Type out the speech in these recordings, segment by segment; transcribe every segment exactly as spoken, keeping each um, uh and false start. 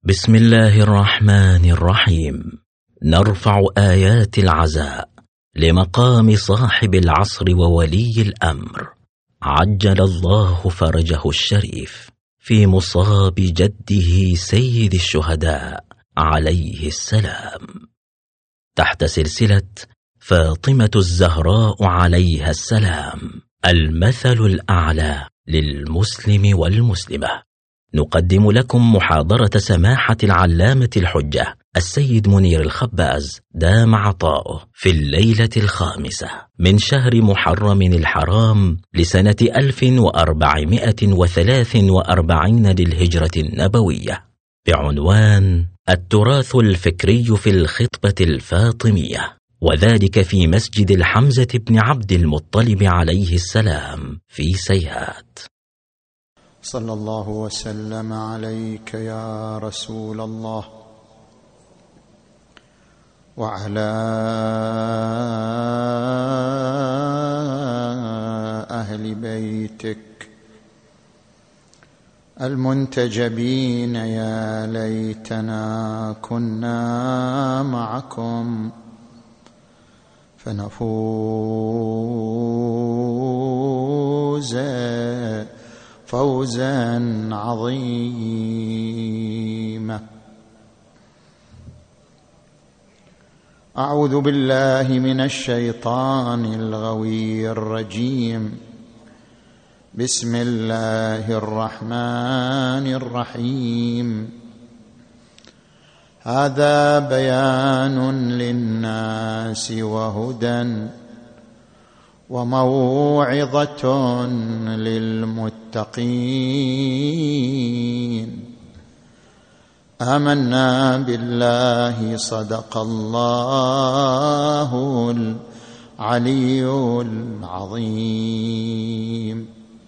بسم الله الرحمن الرحيم. نرفع آيات العزاء لمقام صاحب العصر وولي الأمر، عجل الله فرجه الشريف، في مصاب جده سيد الشهداء عليه السلام، تحت سلسلة فاطمة الزهراء عليها السلام، المثل الأعلى للمسلم والمسلمة. نقدم لكم محاضرة سماحة العلامة الحجة السيد منير الخباز دام عطاؤه في الليلة الخامسة من شهر محرم الحرام لسنة ألف وأربعمائة وثلاث وأربعين للهجرة النبوية، بعنوان التراث الفكري في الخطبة الفاطمية، وذلك في مسجد الحمزة بن عبد المطلب عليه السلام في سيهات. صلى الله وسلم عليك يا رسول الله وعلى أهل بيتك المنتجبين، يا ليتنا كنا معكم فنفوز فوزا عظيما. أعوذ بالله من الشيطان الغوي الرجيم. بسم الله الرحمن الرحيم. هذا بيان للناس وهدى وموعظة للمتقين. آمنا بالله، صدق الله العلي العظيم.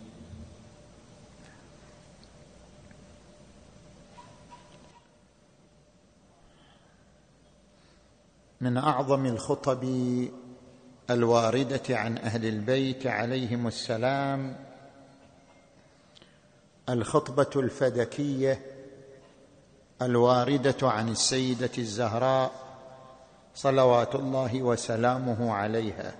من أعظم الخطب الواردة عن أهل البيت عليهم السلام الخطبة الفدكية الواردة عن السيدة الزهراء صلوات الله وسلامه عليها.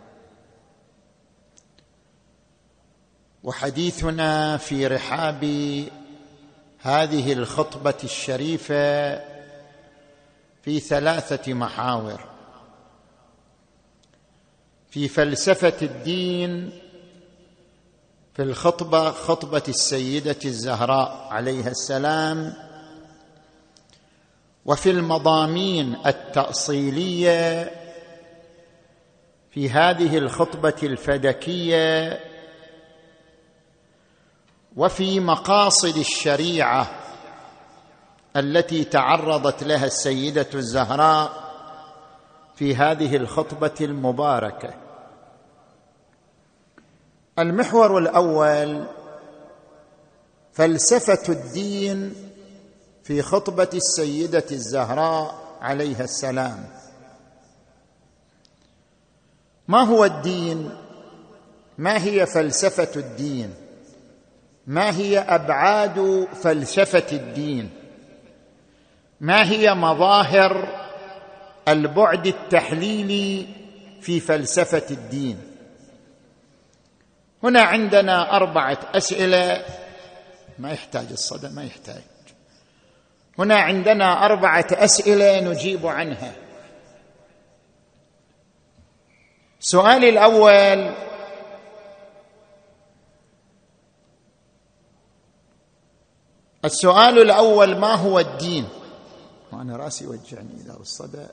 وحديثنا في رحاب هذه الخطبة الشريفة في ثلاثة محاور: في فلسفة الدين، في الخطبة خطبة السيدة الزهراء عليها السلام، وفي المضامين التأصيلية في هذه الخطبة الفدكية، وفي مقاصد الشريعة التي تعرضت لها السيدة الزهراء في هذه الخطبة المباركة. المحور الأول فلسفة الدين في خطبة السيدة الزهراء عليها السلام. ما هو الدين؟ ما هي فلسفة الدين؟ ما هي أبعاد فلسفة الدين؟ ما هي مظاهر البعد التحليلي في فلسفة الدين؟ هنا عندنا أربعة أسئلة. ما يحتاج الصدى، ما يحتاج. هنا عندنا أربعة أسئلة نجيب عنها. السؤال الأول: السؤال الأول ما هو الدين؟ وأنا رأسي يوجعني إذا الصدى.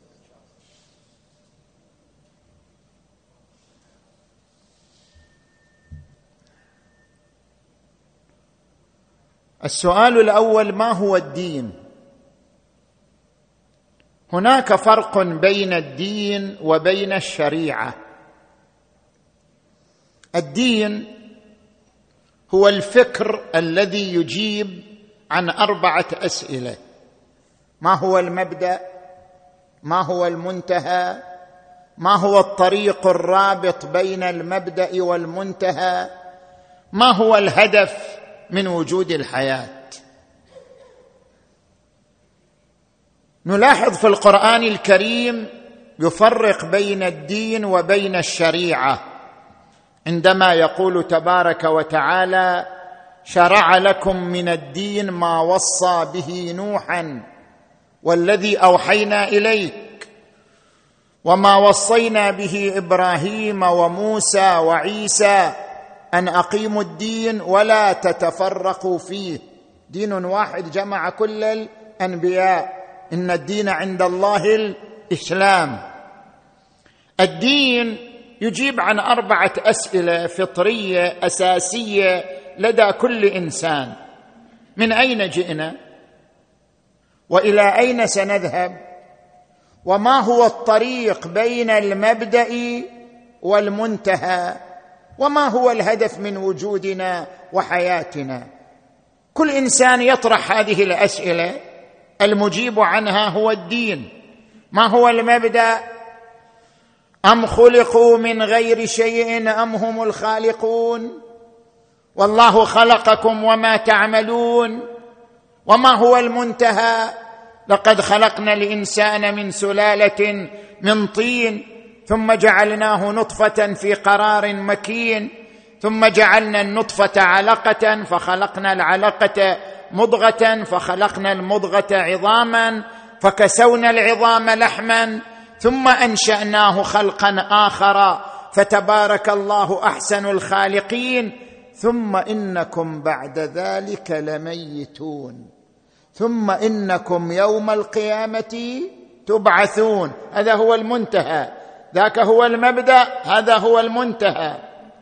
السؤال الأول ما هو الدين؟ هناك فرق بين الدين وبين الشريعة. الدين هو الفكر الذي يجيب عن أربعة أسئلة: ما هو المبدأ؟ ما هو المنتهى؟ ما هو الطريق الرابط بين المبدأ والمنتهى؟ ما هو الهدف من وجود الحياة؟ نلاحظ في القرآن الكريم يفرق بين الدين وبين الشريعة عندما يقول تبارك وتعالى: شرع لكم من الدين ما وصى به نوحا والذي أوحينا إليك وما وصينا به إبراهيم وموسى وعيسى أن أقيموا الدين ولا تتفرقوا فيه. دين واحد جمع كل الأنبياء، إن الدين عند الله الإسلام. الدين يجيب عن أربعة أسئلة فطرية أساسية لدى كل إنسان: من أين جئنا؟ وإلى أين سنذهب؟ وما هو الطريق بين المبدأ والمنتهى؟ وما هو الهدف من وجودنا وحياتنا؟ كل إنسان يطرح هذه الأسئلة، المجيب عنها هو الدين. ما هو المبدأ؟ أم خلقوا من غير شيء أم هم الخالقون؟ والله خلقكم وما تعملون. وما هو المنتهى؟ لقد خلقنا الإنسان من سلالة من طين ثم جعلناه نطفة في قرار مكين ثم جعلنا النطفة علقة فخلقنا العلقة مضغة فخلقنا المضغة عظاما فكسونا العظام لحما ثم أنشأناه خلقا آخر فتبارك الله أحسن الخالقين. ثم إنكم بعد ذلك لميتون ثم إنكم يوم القيامة تبعثون. هذا هو المنتهى، ذاك هو المبدأ، هذا هو المنتهى.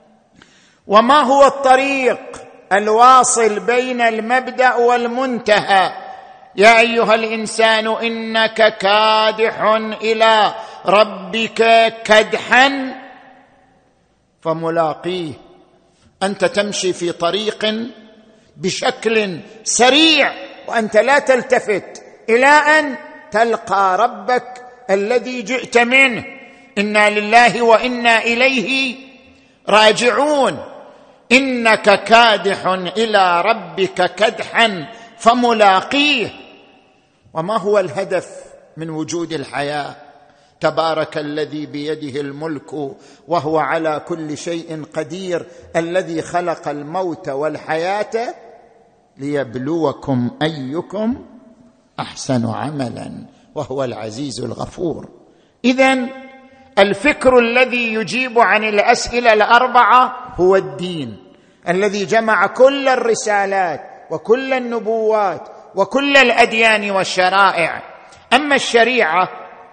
وما هو الطريق الواصل بين المبدأ والمنتهى؟ يا أيها الإنسان إنك كادح إلى ربك كدحا فملاقيه. أنت تمشي في طريق بشكل سريع وأنت لا تلتفت إلى أن تلقى ربك الذي جئت منه. إنا لله وإنا إليه راجعون. إنك كادح إلى ربك كدحا فملاقيه. وما هو الهدف من وجود الحياة؟ تبارك الذي بيده الملك وهو على كل شيء قدير الذي خلق الموت والحياة ليبلوكم أيكم أحسن عملا وهو العزيز الغفور. إذن الفكر الذي يجيب عن الأسئلة الأربعة هو الدين الذي جمع كل الرسالات وكل النبوات وكل الأديان والشرائع. أما الشريعة: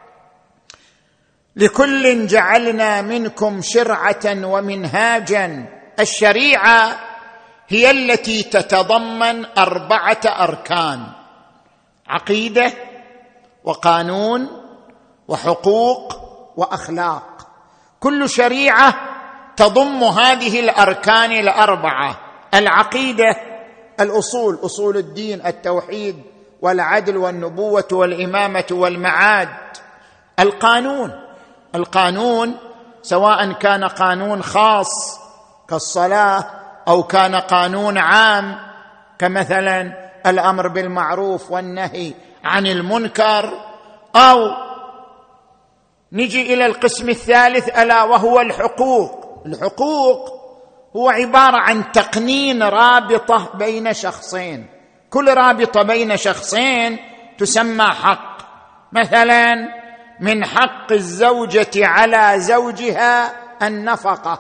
لكل جعلنا منكم شرعة ومنهاجا. الشريعة هي التي تتضمن أربعة أركان: عقيدة وقانون وحقوق وأخلاق. كل شريعة تضم هذه الأركان الأربعة. العقيدة الأصول، أصول الدين: التوحيد والعدل والنبوة والإمامة والمعاد. القانون، القانون سواء كان قانون خاص كالصلاة أو كان قانون عام كمثلا الأمر بالمعروف والنهي عن المنكر، أو نجي إلى القسم الثالث ألا وهو الحقوق. الحقوق هو عبارة عن تقنين رابطة بين شخصين، كل رابطة بين شخصين تسمى حق. مثلا من حق الزوجة على زوجها النفقة.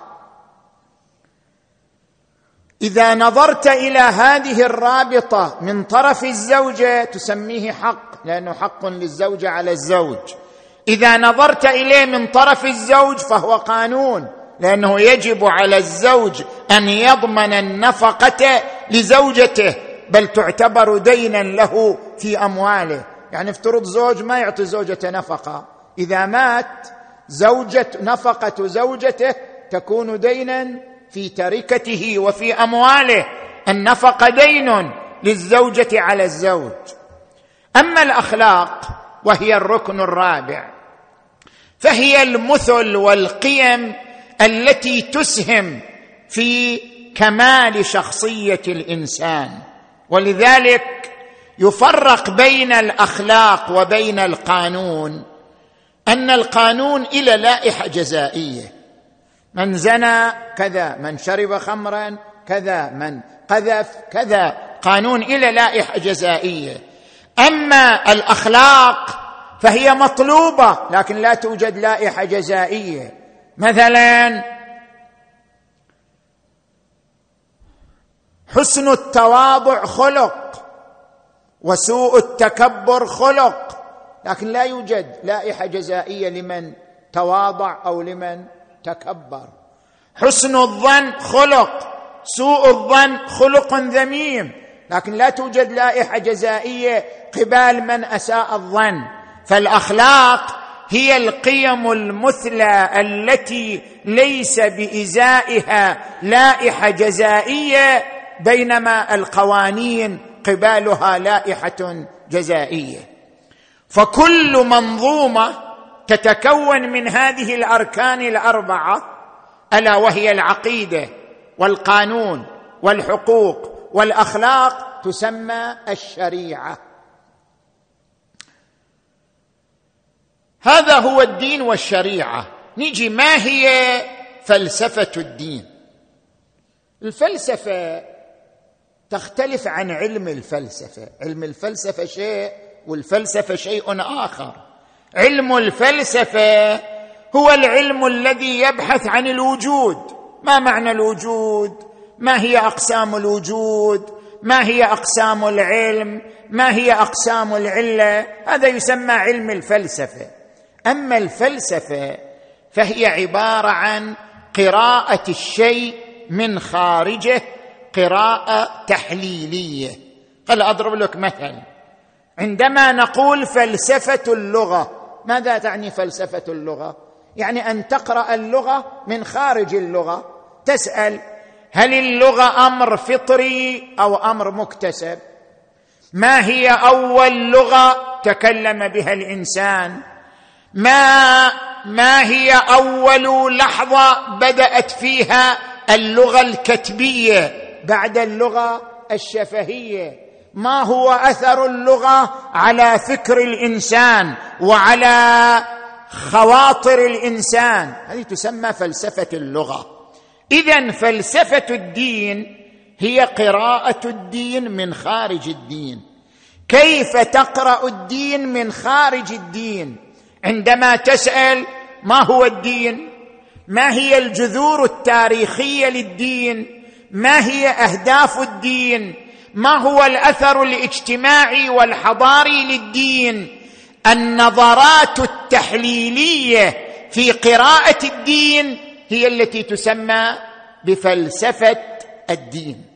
إذا نظرت إلى هذه الرابطة من طرف الزوجة تسميه حق، لأنه حق للزوجة على الزوج. إذا نظرت إليه من طرف الزوج فهو قانون، لأنه يجب على الزوج أن يضمن النفقة لزوجته، بل تعتبر دينا له في أمواله. يعني افترض زوج ما يعطي زوجته نفقة، إذا مات زوجة نفقة زوجته تكون دينا في تركته وفي أمواله. النفقة دين للزوجة على الزوج. أما الأخلاق وهي الركن الرابع، فهي المثل والقيم التي تسهم في كمال شخصية الإنسان. ولذلك يفرق بين الأخلاق وبين القانون أن القانون إلى لائحة جزائية، من زنى كذا، من شرب خمرا كذا، من قذف كذا، قانون إلى لائحة جزائية. أما الأخلاق فهي مطلوبة لكن لا توجد لائحة جزائية. مثلا حسن التواضع خلق وسوء التكبر خلق، لكن لا يوجد لائحة جزائية لمن تواضع أو لمن تكبر. حسن الظن خلق، سوء الظن خلق ذميم، لكن لا توجد لائحة جزائية قبال من أساء الظن. فالأخلاق هي القيم المثلى التي ليس بإزائها لائحة جزائية، بينما القوانين قبالها لائحة جزائية. فكل منظومة تتكون من هذه الأركان الأربعة، ألا وهي العقيدة والقانون والحقوق والأخلاق، تسمى الشريعة. هذا هو الدين والشريعة. نيجي ما هي فلسفة الدين؟ الفلسفة تختلف عن علم الفلسفة. علم الفلسفة شيء والفلسفة شيء آخر. علم الفلسفة هو العلم الذي يبحث عن الوجود. ما معنى الوجود؟ ما هي أقسام الوجود؟ ما هي أقسام العلم؟ ما هي أقسام العلة؟ هذا يسمى علم الفلسفة. أما الفلسفة فهي عبارة عن قراءة الشيء من خارجه، قراءة تحليلية. قل أضرب لك مثل. عندما نقول فلسفة اللغة، ماذا تعني فلسفة اللغة؟ يعني أن تقرأ اللغة من خارج اللغة، تسأل هل اللغة أمر فطري أو أمر مكتسب؟ ما هي أول لغة تكلم بها الإنسان؟ ما ما هي أول لحظة بدأت فيها اللغة الكتبية بعد اللغة الشفهية؟ ما هو أثر اللغة على فكر الإنسان وعلى خواطر الإنسان؟ هذه تسمى فلسفة اللغة. إذن فلسفة الدين هي قراءة الدين من خارج الدين. كيف تقرأ الدين من خارج الدين؟ عندما تسأل ما هو الدين؟ ما هي الجذور التاريخية للدين؟ ما هي أهداف الدين؟ ما هو الأثر الاجتماعي والحضاري للدين؟ النظرات التحليلية في قراءة الدين هي التي تسمى بفلسفة الدين.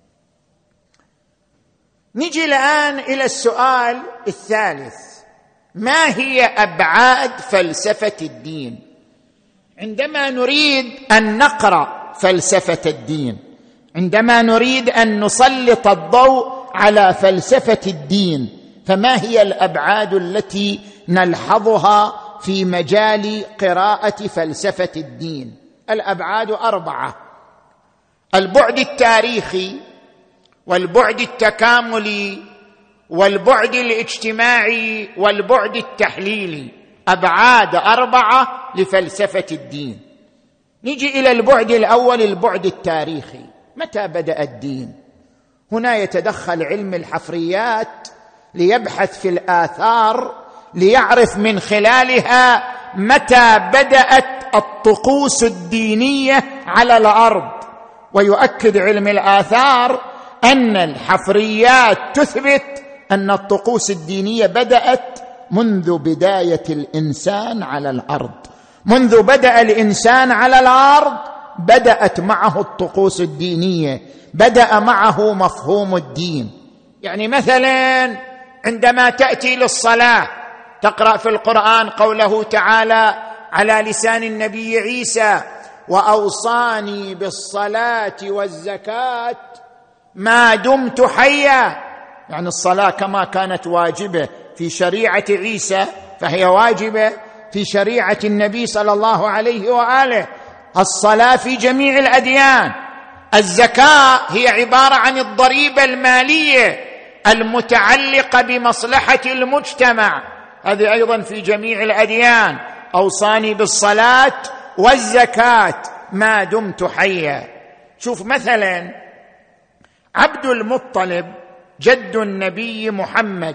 نجي الآن إلى السؤال الثالث: ما هي أبعاد فلسفة الدين؟ عندما نريد أن نقرأ فلسفة الدين، عندما نريد أن نسلط الضوء على فلسفة الدين، فما هي الأبعاد التي نلحظها في مجال قراءة فلسفة الدين؟ الأبعاد أربعة: البعد التاريخي، والبعد التكاملي، والبعد الاجتماعي، والبعد التحليلي. أبعاد أربعة لفلسفة الدين. نجي إلى البعد الأول، البعد التاريخي. متى بدأ الدين؟ هنا يتدخل علم الحفريات ليبحث في الآثار ليعرف من خلالها متى بدأت الطقوس الدينية على الأرض. ويؤكد علم الآثار أن الحفريات تثبت أن الطقوس الدينية بدأت منذ بداية الإنسان على الأرض. منذ بدأ الإنسان على الأرض بدأت معه الطقوس الدينية، بدأ معه مفهوم الدين. يعني مثلا عندما تأتي للصلاة تقرأ في القرآن قوله تعالى على لسان النبي عيسى: وأوصاني بالصلاة والزكاة ما دمت حيا. يعني الصلاة كما كانت واجبة في شريعة عيسى فهي واجبة في شريعة النبي صلى الله عليه وآله. الصلاة في جميع الأديان. الزكاة هي عبارة عن الضريبة المالية المتعلقة بمصلحة المجتمع، هذه أيضا في جميع الأديان. أوصاني بالصلاة والزكاة ما دمت حيا. شوف مثلا عبد المطلب جد النبي محمد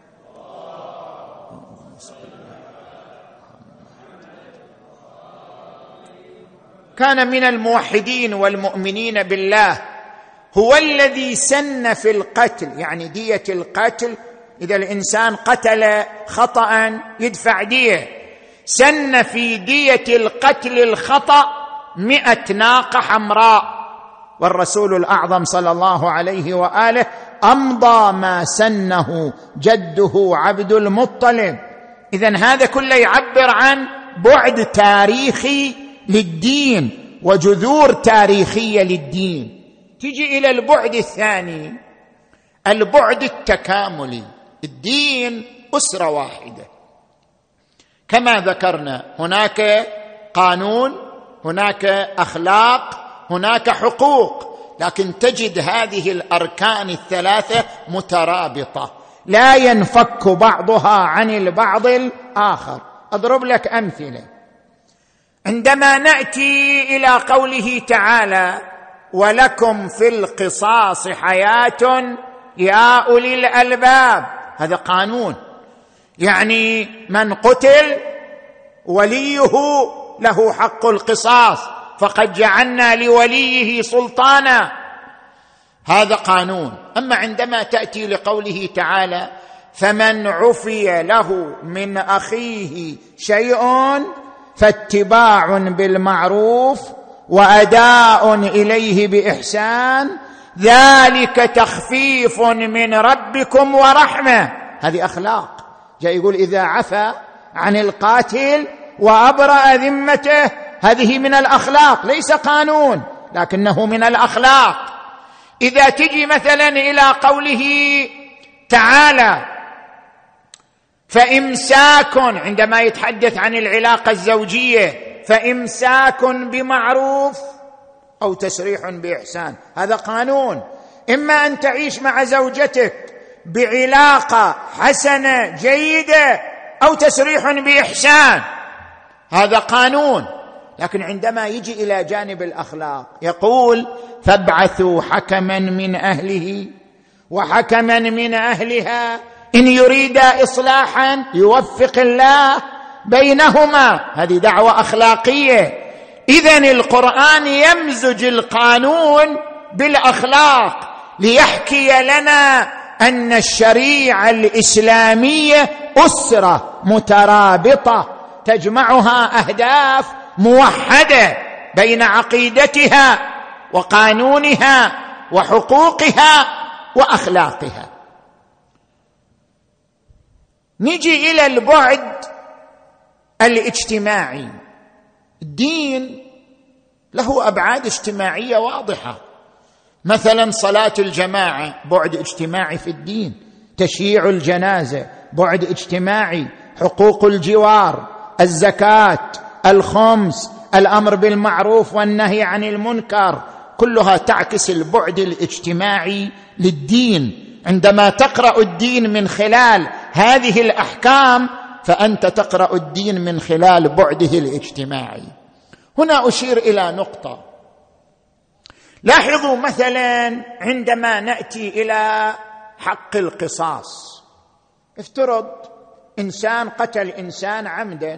كان من الموحدين والمؤمنين بالله، هو الذي سن في القتل، يعني دية القتل، إذا الإنسان قتل خطأ يدفع دية، سن في دية القتل الخطأ مئة ناقة حمراء، والرسول الأعظم صلى الله عليه وآله أمضى ما سنه جده عبد المطلب. إذن هذا كله يعبر عن بعد تاريخي للدين وجذور تاريخية للدين. تجي إلى البعد الثاني، البعد التكاملي. الدين أسرة واحدة كما ذكرنا، هناك قانون، هناك أخلاق، هناك حقوق، لكن تجد هذه الأركان الثلاثة مترابطة لا ينفك بعضها عن البعض الآخر. أضرب لك أمثلة. عندما نأتي إلى قوله تعالى ولكم في القصاص حياة يا أولي الألباب، هذا قانون، يعني من قتل وليه له حق القصاص، فقد جعلنا لوليه سلطانا، هذا قانون. أما عندما تأتي لقوله تعالى فمن عفي له من أخيه شيء فاتباع بالمعروف وأداء إليه بإحسان ذلك تخفيف من ربكم ورحمة، هذه أخلاق. جاء يقول إذا عفى عن القاتل وأبرأ ذمته، هذه من الأخلاق، ليس قانون لكنه من الأخلاق. إذا تجي مثلا إلى قوله تعالى فإمساك، عندما يتحدث عن العلاقة الزوجية، فإمساك بمعروف أو تسريح بإحسان، هذا قانون. إما أن تعيش مع زوجتك بعلاقة حسنة جيدة أو تسريح بإحسان، هذا قانون. لكن عندما يجي إلى جانب الأخلاق يقول فابعثوا حكما من أهله وحكما من أهلها إن يريد إصلاحا يوفق الله بينهما، هذه دعوة أخلاقية. إذن القرآن يمزج القانون بالأخلاق ليحكي لنا أن الشريعة الإسلامية أسرة مترابطة تجمعها أهداف موحدة بين عقيدتها وقانونها وحقوقها وأخلاقها. نجي إلى البعد الاجتماعي. الدين له أبعاد اجتماعية واضحة، مثلا صلاة الجماعة بعد اجتماعي في الدين، تشييع الجنازة بعد اجتماعي، حقوق الجوار، الزكاة، الخمس، الأمر بالمعروف والنهي عن المنكر، كلها تعكس البعد الاجتماعي للدين. عندما تقرأ الدين من خلال هذه الأحكام فأنت تقرأ الدين من خلال بعده الاجتماعي. هنا أشير إلى نقطة، لاحظوا مثلا عندما نأتي إلى حق القصاص، افترض إنسان قتل إنسان عمدا،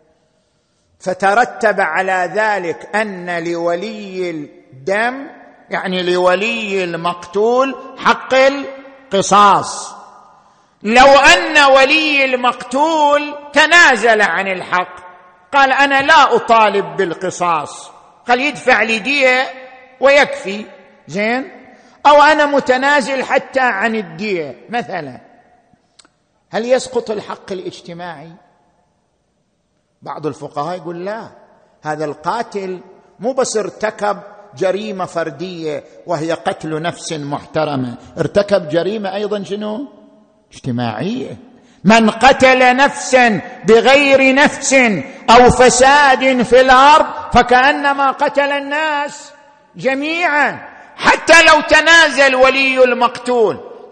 فترتب على ذلك أن لولي الدم يعني لولي المقتول حق القصاص. لو أن ولي المقتول تنازل عن الحق، قال أنا لا أطالب بالقصاص، قال يدفع لي دية ويكفي، زين، أو أنا متنازل حتى عن الدية مثلا، هل يسقط الحق الاجتماعي؟ بعض الفقهاء يقول لا، هذا القاتل مو بس ارتكب جريمة فردية وهي قتل نفس محترمة، ارتكب جريمة أيضا شنو؟ اجتماعية. من قتل نفسا بغير نفس أو فساد في الأرض فكأنما قتل الناس جميعا، حتى لو تنازل ولي المقتول،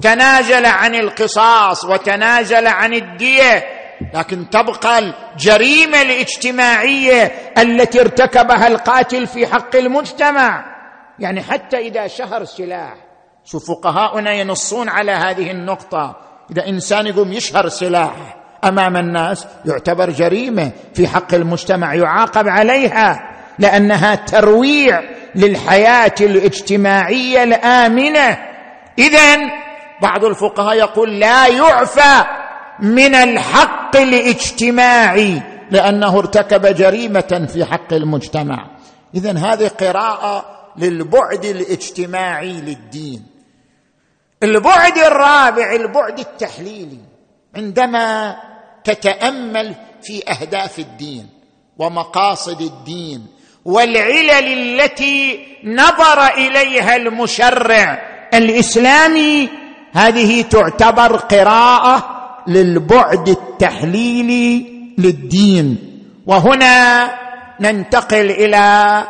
تنازل عن القصاص وتنازل عن الدية، لكن تبقى الجريمة الاجتماعية التي ارتكبها القاتل في حق المجتمع. يعني حتى إذا شهر سلاح، شوف فقهاؤنا ينصون على هذه النقطة، إذا إنسان يقوم يشهر سلاح أمام الناس يعتبر جريمة في حق المجتمع، يعاقب عليها لأنها ترويع للحياة الاجتماعية الآمنة. إذن بعض الفقهاء يقول لا يعفى من الحق الاجتماعي لأنه ارتكب جريمة في حق المجتمع. إذن هذه قراءة للبعد الاجتماعي للدين. البعد الرابع البعد التحليلي، عندما تتأمل في أهداف الدين ومقاصد الدين والعلل التي نظر إليها المشرع الإسلامي، هذه تعتبر قراءة للبعد التحليلي للدين. وهنا ننتقل إلى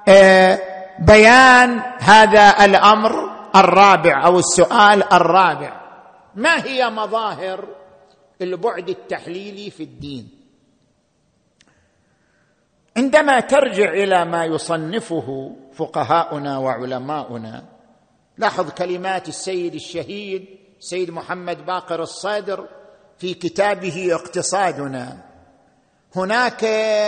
بيان هذا الأمر الرابع أو السؤال الرابع: ما هي مظاهر البعد التحليلي في الدين؟ عندما ترجع إلى ما يصنفه فقهاؤنا وعلماؤنا، لاحظ كلمات السيد الشهيد سيد محمد باقر الصادر في كتابه اقتصادنا: هناك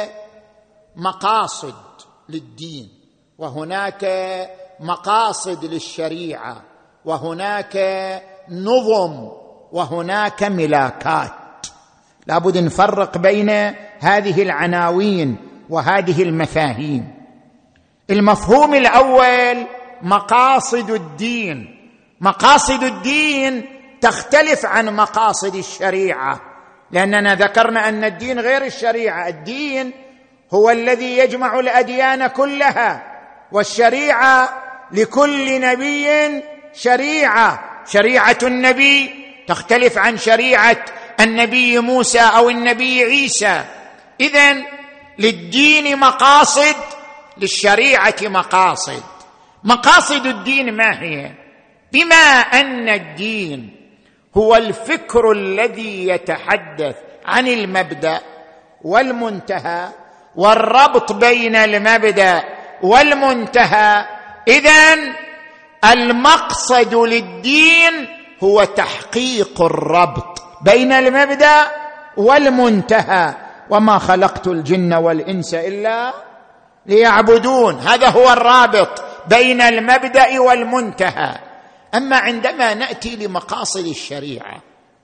مقاصد للدين، وهناك مقاصد للشريعة، وهناك نظم، وهناك ملاكات. لابد نفرق بين هذه العناوين وهذه المفاهيم. المفهوم الأول مقاصد الدين. مقاصد الدين تختلف عن مقاصد الشريعة، لأننا ذكرنا أن الدين غير الشريعة. الدين هو الذي يجمع الأديان كلها، والشريعة لكل نبي شريعة. شريعة النبي تختلف عن شريعة النبي موسى أو النبي عيسى. إذن للدين مقاصد، للشريعة مقاصد. مقاصد الدين ما هي؟ بما أن الدين هو الفكر الذي يتحدث عن المبدأ والمنتهى والربط بين المبدأ والمنتهى، إذن المقصد للدين هو تحقيق الربط بين المبدأ والمنتهى. وما خلقت الجن والإنس إلا ليعبدون، هذا هو الرابط بين المبدأ والمنتهى. أما عندما نأتي لمقاصد الشريعة،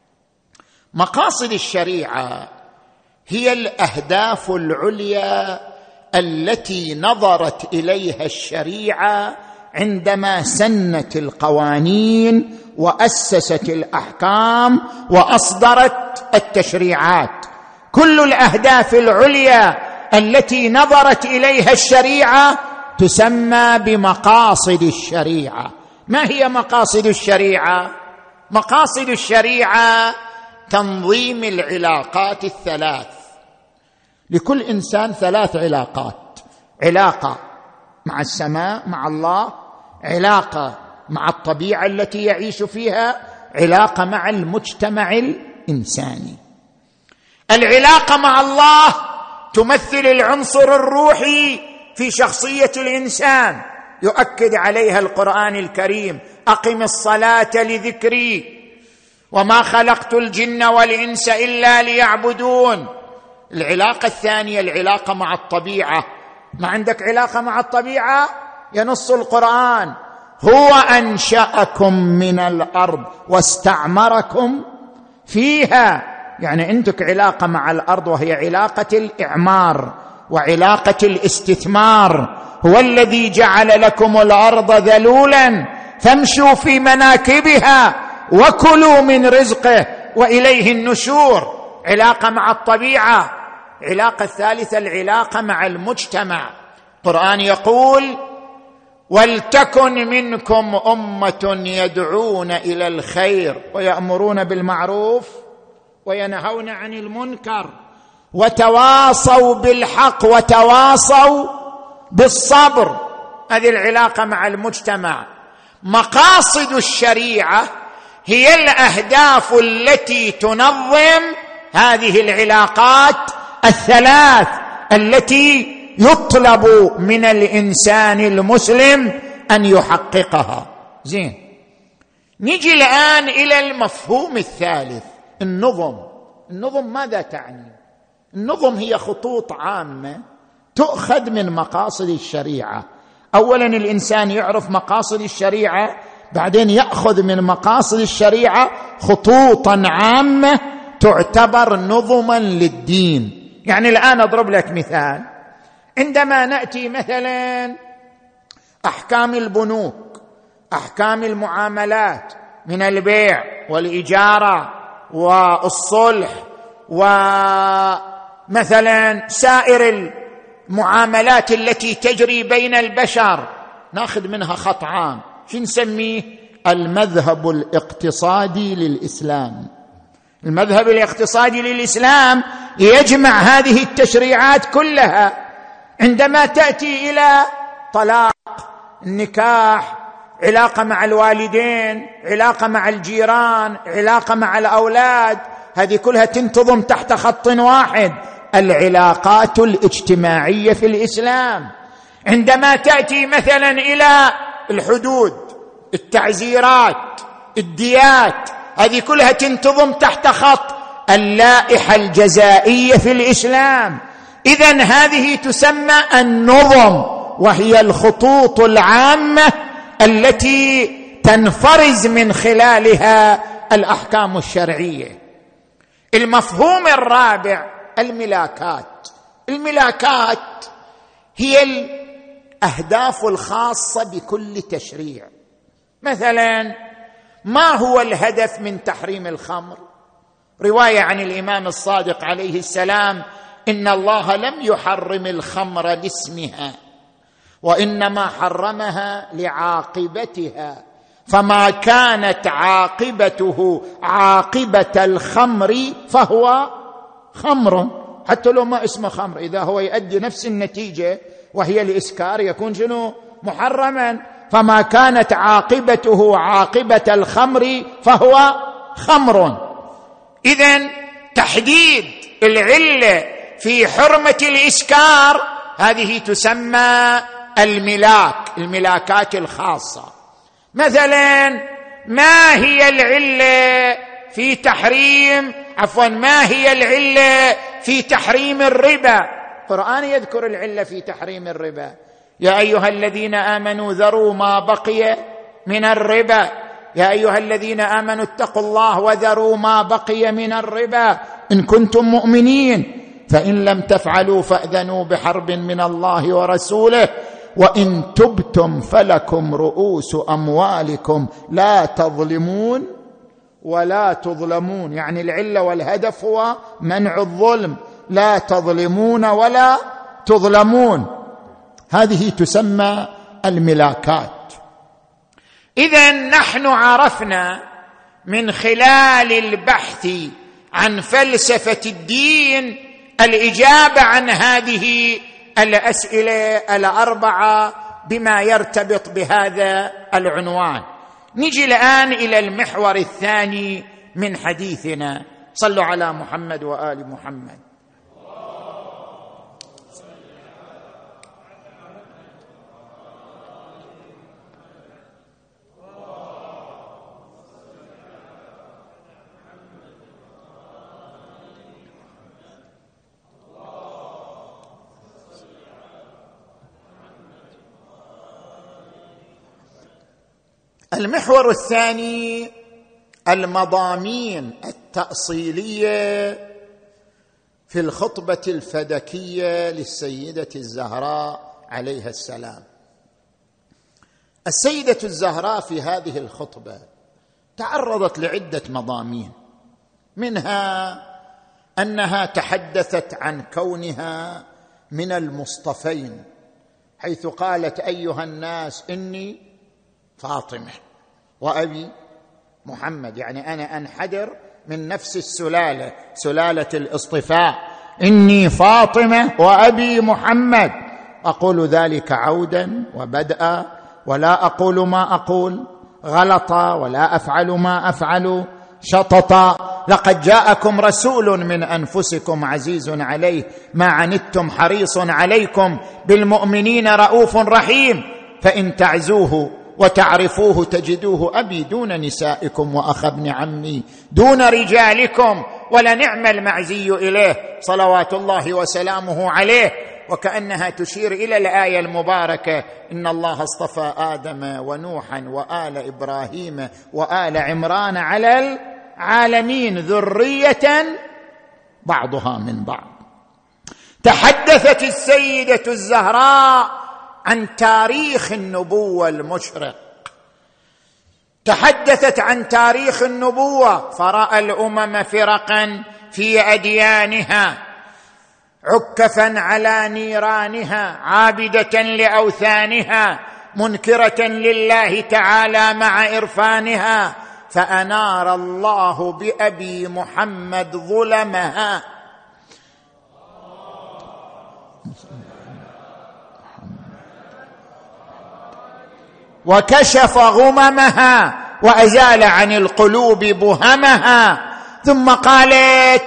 مقاصد الشريعة هي الأهداف العليا التي نظرت إليها الشريعة عندما سنت القوانين وأسست الأحكام وأصدرت التشريعات. كل الأهداف العليا التي نظرت إليها الشريعة تسمى بمقاصد الشريعة. ما هي مقاصد الشريعة؟ مقاصد الشريعة تنظيم العلاقات الثلاث. لكل إنسان ثلاث علاقات: علاقة مع السماء مع الله، علاقة مع الطبيعة التي يعيش فيها، علاقة مع المجتمع الإنساني. العلاقة مع الله تمثل العنصر الروحي في شخصية الإنسان، يؤكد عليها القرآن الكريم: أقم الصلاة لذكري وما خلقت الجن والإنس إلا ليعبدون. العلاقة الثانية العلاقة مع الطبيعة. ما عندك علاقة مع الطبيعة؟ ينص القرآن: هو أنشأكم من الأرض واستعمركم فيها. يعني عندك علاقة مع الأرض وهي علاقة الإعمار وعلاقة الاستثمار. هو الذي جعل لكم الأرض ذلولا فامشوا في مناكبها وكلوا من رزقه وإليه النشور. علاقة مع الطبيعة. علاقة الثالثة العلاقة مع المجتمع. القرآن يقول: ولتكن منكم أمة يدعون إلى الخير ويأمرون بالمعروف وينهون عن المنكر وتواصوا بالحق وتواصوا بالصبر. هذه العلاقة مع المجتمع. مقاصد الشريعة هي الأهداف التي تنظم هذه العلاقات الثلاث التي يطلب من الإنسان المسلم أن يحققها. زين، نجي الآن إلى المفهوم الثالث، النظم. النظم ماذا تعني؟ النظم هي خطوط عامة تؤخذ من مقاصد الشريعة. أولا الإنسان يعرف مقاصد الشريعة، بعدين يأخذ من مقاصد الشريعة خطوطا عامة تعتبر نظما للدين. يعني الآن أضرب لك مثال، عندما نأتي مثلا أحكام البنوك، أحكام المعاملات من البيع والإجارة والصلح ومثلا سائر المعاملات التي تجري بين البشر، ناخذ منها خط عام، شو نسميه؟ المذهب الاقتصادي للإسلام. المذهب الاقتصادي للإسلام يجمع هذه التشريعات كلها. عندما تأتي إلى طلاق، النكاح، علاقة مع الوالدين، علاقة مع الجيران، علاقة مع الأولاد، هذه كلها تنتظم تحت خط واحد، العلاقات الاجتماعية في الإسلام. عندما تأتي مثلا إلى الحدود، التعزيرات، الديات، هذه كلها تنتظم تحت خط اللائحة الجزائية في الإسلام. إذن هذه تسمى النظم، وهي الخطوط العامة التي تنفرز من خلالها الأحكام الشرعية. المفهوم الرابع الملاكات. الملاكات هي الأهداف الخاصة بكل تشريع. مثلا ما هو الهدف من تحريم الخمر؟ رواية عن الإمام الصادق عليه السلام: إن الله لم يحرم الخمر لاسمها وإنما حرمها لعاقبتها، فما كانت عاقبته عاقبة الخمر فهو خمر، حتى لو ما اسمه خمر، إذا هو يؤدي نفس النتيجة وهي الإسكار يكون شنو؟ محرما. فما كانت عاقبته عاقبة الخمر فهو خمر. إذن تحديد العلة في حرمة الإسكار هذه تسمى الملاك، الملاكات الخاصة. مثلا ما هي العلة في تحريم عفوا ما هي العلة في تحريم الربا؟ القرآن يذكر العلة في تحريم الربا: يا أيها الذين آمنوا ذروا ما بقي من الربا، يا أيها الذين آمنوا اتقوا الله وذروا ما بقي من الربا إن كنتم مؤمنين، فإن لم تفعلوا فأذنوا بحرب من الله ورسوله، وإن تبتم فلكم رؤوس أموالكم لا تظلمون ولا تظلمون. يعني العلة والهدف هو منع الظلم، لا تظلمون ولا تظلمون. هذه تسمى الملاكات. إذن نحن عرفنا من خلال البحث عن فلسفة الدين الإجابة عن هذه الأسئلة الأربعة بما يرتبط بهذا العنوان. نجي الآن إلى المحور الثاني من حديثنا. صلوا على محمد وآل محمد. المحور الثاني المضامين التأصيلية في الخطبة الفدكية للسيدة الزهراء عليها السلام. السيدة الزهراء في هذه الخطبة تعرضت لعدة مضامين، منها أنها تحدثت عن كونها من المصطفين، حيث قالت: أيها الناس إني فاطمة وأبي محمد، يعني أنا أنحدر من نفس السلالة، سلالة الاصطفاء، إني فاطمة وأبي محمد، أقول ذلك عودا وبدءا ولا أقول ما أقول غلط ولا أفعل ما أفعل شططا. لقد جاءكم رسول من أنفسكم عزيز عليه ما عنتم حريص عليكم بالمؤمنين رؤوف رحيم، فإن تعزوه وتعرفوه تجدوه أبي دون نسائكم وأخ ابن عمي دون رجالكم ولنعم المعزي إليه صلوات الله وسلامه عليه. وكأنها تشير إلى الآية المباركة: إن الله اصطفى آدم ونوحا وآل إبراهيم وآل عمران على العالمين ذرية بعضها من بعض. تحدثت السيدة الزهراء عن تاريخ النبوة المشرق، تحدثت عن تاريخ النبوة، فرأى الأمم فرقا في أديانها عكفا على نيرانها عابدة لأوثانها منكرة لله تعالى مع إرفانها، فأنار الله بأبي محمد ظلمها. وكشف غممها وأزال عن القلوب بهمها. ثم قالت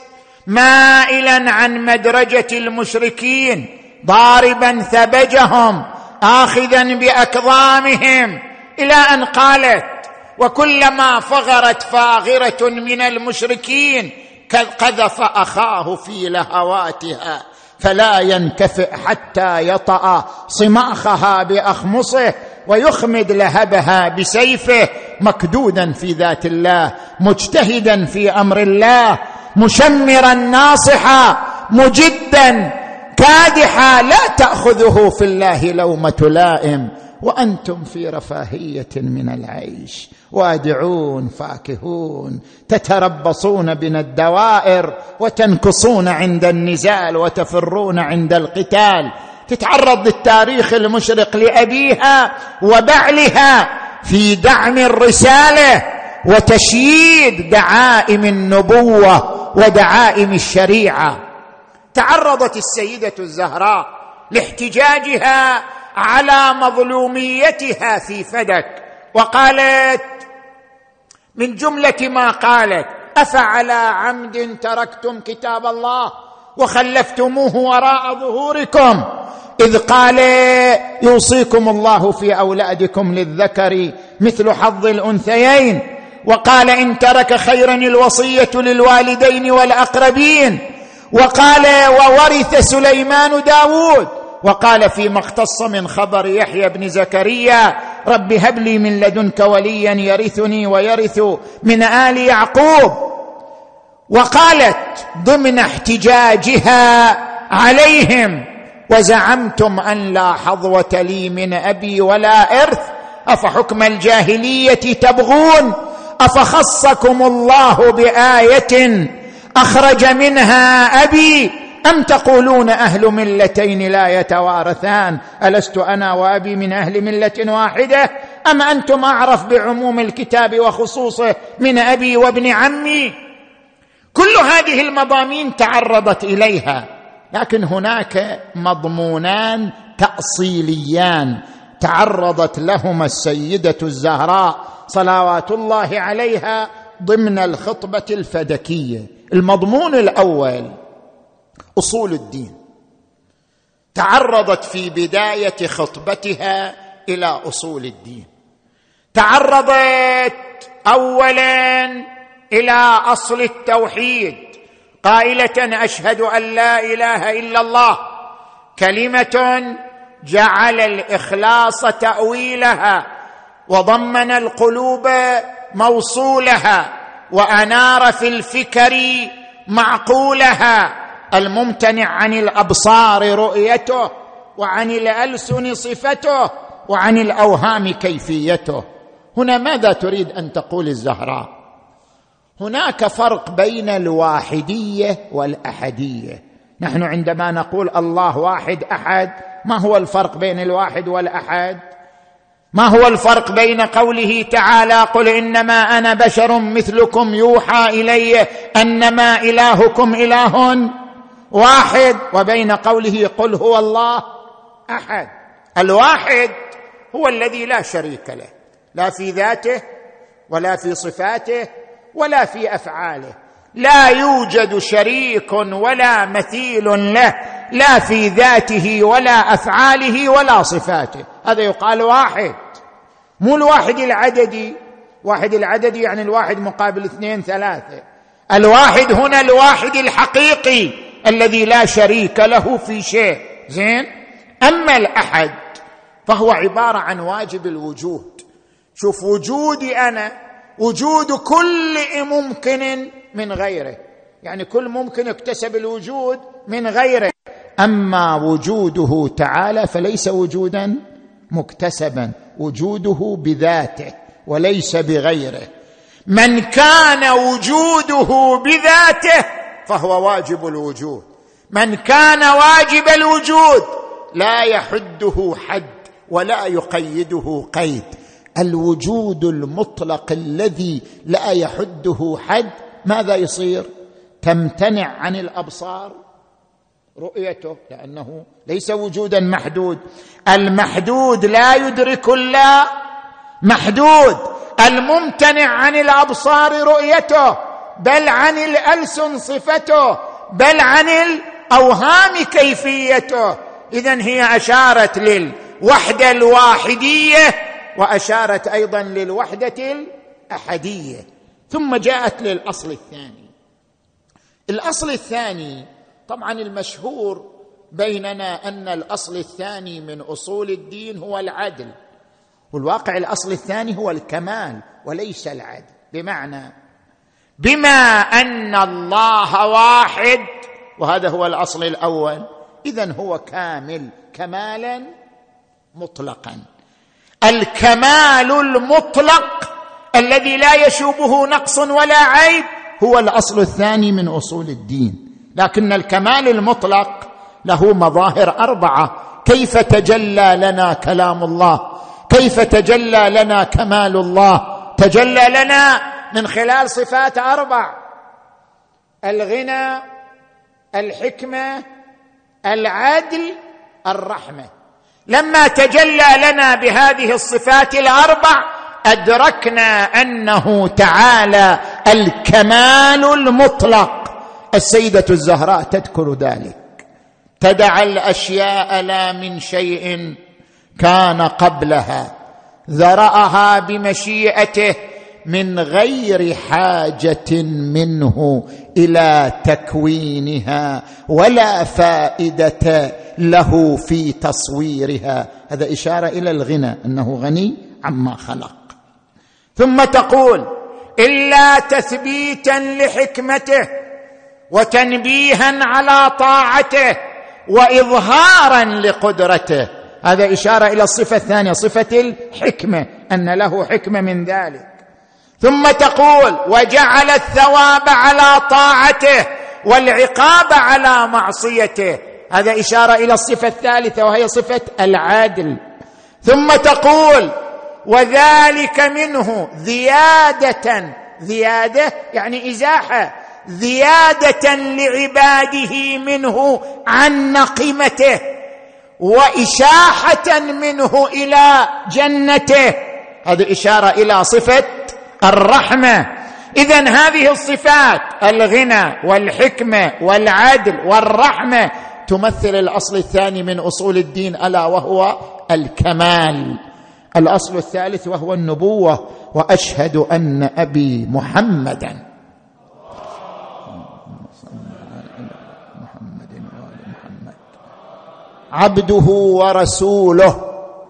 مائلا عن مدرجة المشركين ضاربا ثبجهم آخذا بأكظامهم، إلى أن قالت: وكلما فغرت فاغرة من المشركين قذف أخاه في لهواتها فلا ينكفئ حتى يطأ صماخها بأخمصه ويخمد لهبها بسيفه، مكدودا في ذات الله، مجتهدا في أمر الله، مشمرا ناصحا، مجدا كادحا، لا تأخذه في الله لومة لائم، وأنتم في رفاهية من العيش، وادعون فاكهون، تتربصون بنا الدوائر وتنكصون عند النزال وتفرون عند القتال. تتعرض للتاريخ المشرق لأبيها وبعلها في دعم الرسالة وتشييد دعائم النبوة ودعائم الشريعة. تعرضت السيدة الزهراء لاحتجاجها على مظلوميتها في فدك، وقالت من جملة ما قالت: أفعلى عمد تركتم كتاب الله وخلفتموه وراء ظهوركم، إذ قال يوصيكم الله في أولادكم للذكر مثل حظ الأنثيين، وقال إن ترك خيرا الوصية للوالدين والأقربين، وقال وورث سليمان داود، وقال فيما اختص من خبر يحيى بن زكريا: رب هب لي من لدنك وليا يرثني ويرث من آل يعقوب. وقالت ضمن احتجاجها عليهم: وزعمتم أن لا حظوة لي من أبي ولا إرث، أفحكم الجاهلية تبغون، أفخصكم الله بآية أخرج منها أبي، أم تقولون أهل ملتين لا يتوارثان، ألست أنا وأبي من أهل ملة واحدة، أم أنتم أعرف بعموم الكتاب وخصوصه من أبي وابن عمي؟ كل هذه المضامين تعرضت إليها، لكن هناك مضمونان تأصيليان تعرضت لهما السيدة الزهراء صلوات الله عليها ضمن الخطبة الفدكية. المضمون الأول أصول الدين، تعرضت في بداية خطبتها إلى أصول الدين. تعرضت أولا إلى أصل التوحيد قائلة: أشهد أن لا إله إلا الله، كلمة جعل الإخلاص تأويلها وضمن القلوب موصولها وأنار في الفكر معقولها، الممتنع عن الأبصار رؤيته، وعن الألسن صفته، وعن الأوهام كيفيته. هنا ماذا تريد أن تقول الزهراء؟ هناك فرق بين الواحدية والأحدية. نحن عندما نقول الله واحد أحد، ما هو الفرق بين الواحد والأحد؟ ما هو الفرق بين قوله تعالى: قل إنما أنا بشر مثلكم يوحى إلي أنما إلهكم إله واحد، وبين قوله قل هو الله أحد؟ الواحد هو الذي لا شريك له، لا في ذاته ولا في صفاته ولا في أفعاله، لا يوجد شريك ولا مثيل له، لا في ذاته ولا أفعاله ولا صفاته. هذا يقال واحد، مو الواحد العددي. واحد العددي يعني الواحد مقابل اثنين ثلاثة. الواحد هنا الواحد الحقيقي الذي لا شريك له في شيء. زين. أما الأحد فهو عبارة عن واجب الوجود. شوف، وجودي أنا وجود كل ممكن من غيره، يعني كل ممكن اكتسب الوجود من غيره. أما وجوده تعالى فليس وجودا مكتسبا، وجوده بذاته وليس بغيره. من كان وجوده بذاته فهو واجب الوجود، من كان واجب الوجود لا يحده حد ولا يقيده قيد. الوجود المطلق الذي لا يحده حد ماذا يصير؟ تمتنع عن الأبصار رؤيته، لأنه ليس وجودا محدود. المحدود لا يدرك الله محدود، الممتنع عن الأبصار رؤيته، بل عن الألسن صفته، بل عن الأوهام كيفيته. إذن هي أشارت للوحدة الواحدية وأشارت أيضا للوحدة الأحدية. ثم جاءت للأصل الثاني. الأصل الثاني طبعا المشهور بيننا أن الأصل الثاني من أصول الدين هو العدل، والواقع الأصل الثاني هو الكمال وليس العدل. بمعنى بما أن الله واحد وهذا هو الأصل الأول، إذن هو كامل كمالا مطلقا. الكمال المطلق الذي لا يشوبه نقص ولا عيب هو الأصل الثاني من أصول الدين. لكن الكمال المطلق له مظاهر أربعة. كيف تجلى لنا كلام الله؟ كيف تجلى لنا كمال الله؟ تجلى لنا من خلال صفات أربع: الغنى، الحكمة، العدل، الرحمة. لما تجلى لنا بهذه الصفات الأربع أدركنا أنه تعالى الكمال المطلق. السيدة الزهراء تذكر ذلك: تدع الأشياء لا من شيء كان قبلها، ذرأها بمشيئته من غير حاجة منه إلى تكوينها ولا فائدة له في تصويرها. هذا إشارة إلى الغنى، أنه غني عما خلق. ثم تقول: إلا تثبيتا لحكمته وتنبيها على طاعته وإظهارا لقدرته. هذا إشارة إلى الصفة الثانية، صفة الحكمة، أن له حكمة من ذلك. ثم تقول: وجعل الثواب على طاعته والعقاب على معصيته. هذا إشارة إلى الصفة الثالثة وهي صفة العدل. ثم تقول: وذلك منه زيادة، زيادة يعني إزاحة، زيادة لعباده منه عن نقمته وإشاحة منه إلى جنته. هذه إشارة إلى صفة الرحمة. إذن هذه الصفات الغنى والحكمة والعدل والرحمة تمثل الأصل الثاني من أصول الدين، ألا وهو الكمال. الأصل الثالث وهو النبوة. وأشهد أن أبي محمدا عبده ورسوله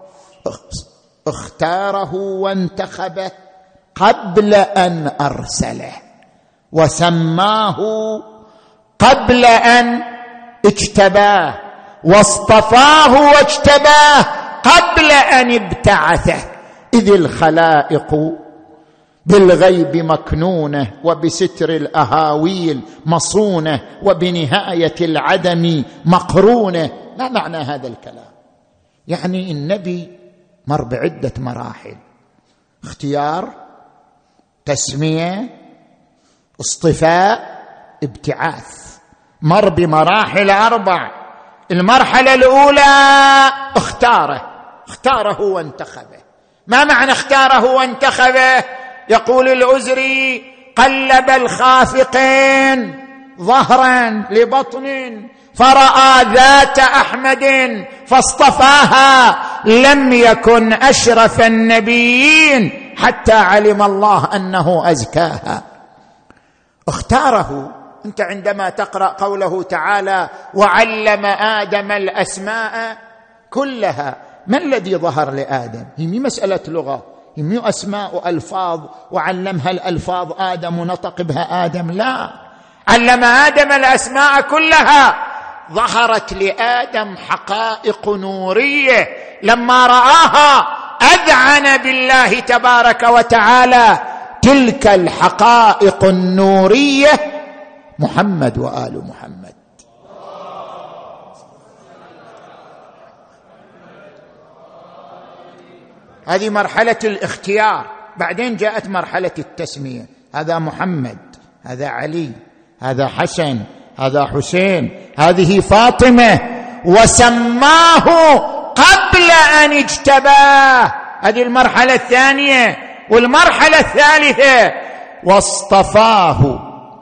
اختاره وانتخبه قبل أن أرسله، وسماه قبل أن اجتباه، واصطفاه واجتباه قبل أن ابتعثه. إذ الخلائق بالغيب مكنونة وبستر الأهاويل مصونة وبنهاية العدم مقرونة. ما معنى هذا الكلام؟ يعني النبي مر بعدة مراحل: اختيار، تسمية، اصطفاء، ابتعاث. مر بمراحل أربع. المرحلة الأولى اختاره، اختاره وانتخبه. ما معنى اختاره وانتخبه؟ يقول الأزري: قلب الخافقين ظهرا لبطن فرأى ذات أحمد فاصطفاها، لم يكن أشرف النبيين حتى علم الله أنه أزكاها. اختاره. أنت عندما تقرأ قوله تعالى: وعلم آدم الأسماء كلها، ما الذي ظهر لآدم؟ هي مي مسألة لغة، هي مي أسماء ألفاظ وعلمها الألفاظ آدم ونطق بها آدم، لا، علم آدم الأسماء كلها. ظهرت لآدم حقائق نورية، لما رآها أذعن بالله تبارك وتعالى. تلك الحقائق النورية محمد وآل محمد. هذه مرحلة الاختيار. بعدين جاءت مرحلة التسمية: هذا محمد، هذا علي، هذا حسن، هذا حسين، هذه فاطمة. وسماه قبل أن اجتباه. هذه المرحلة الثانية. والمرحلة الثالثة: واصطفاه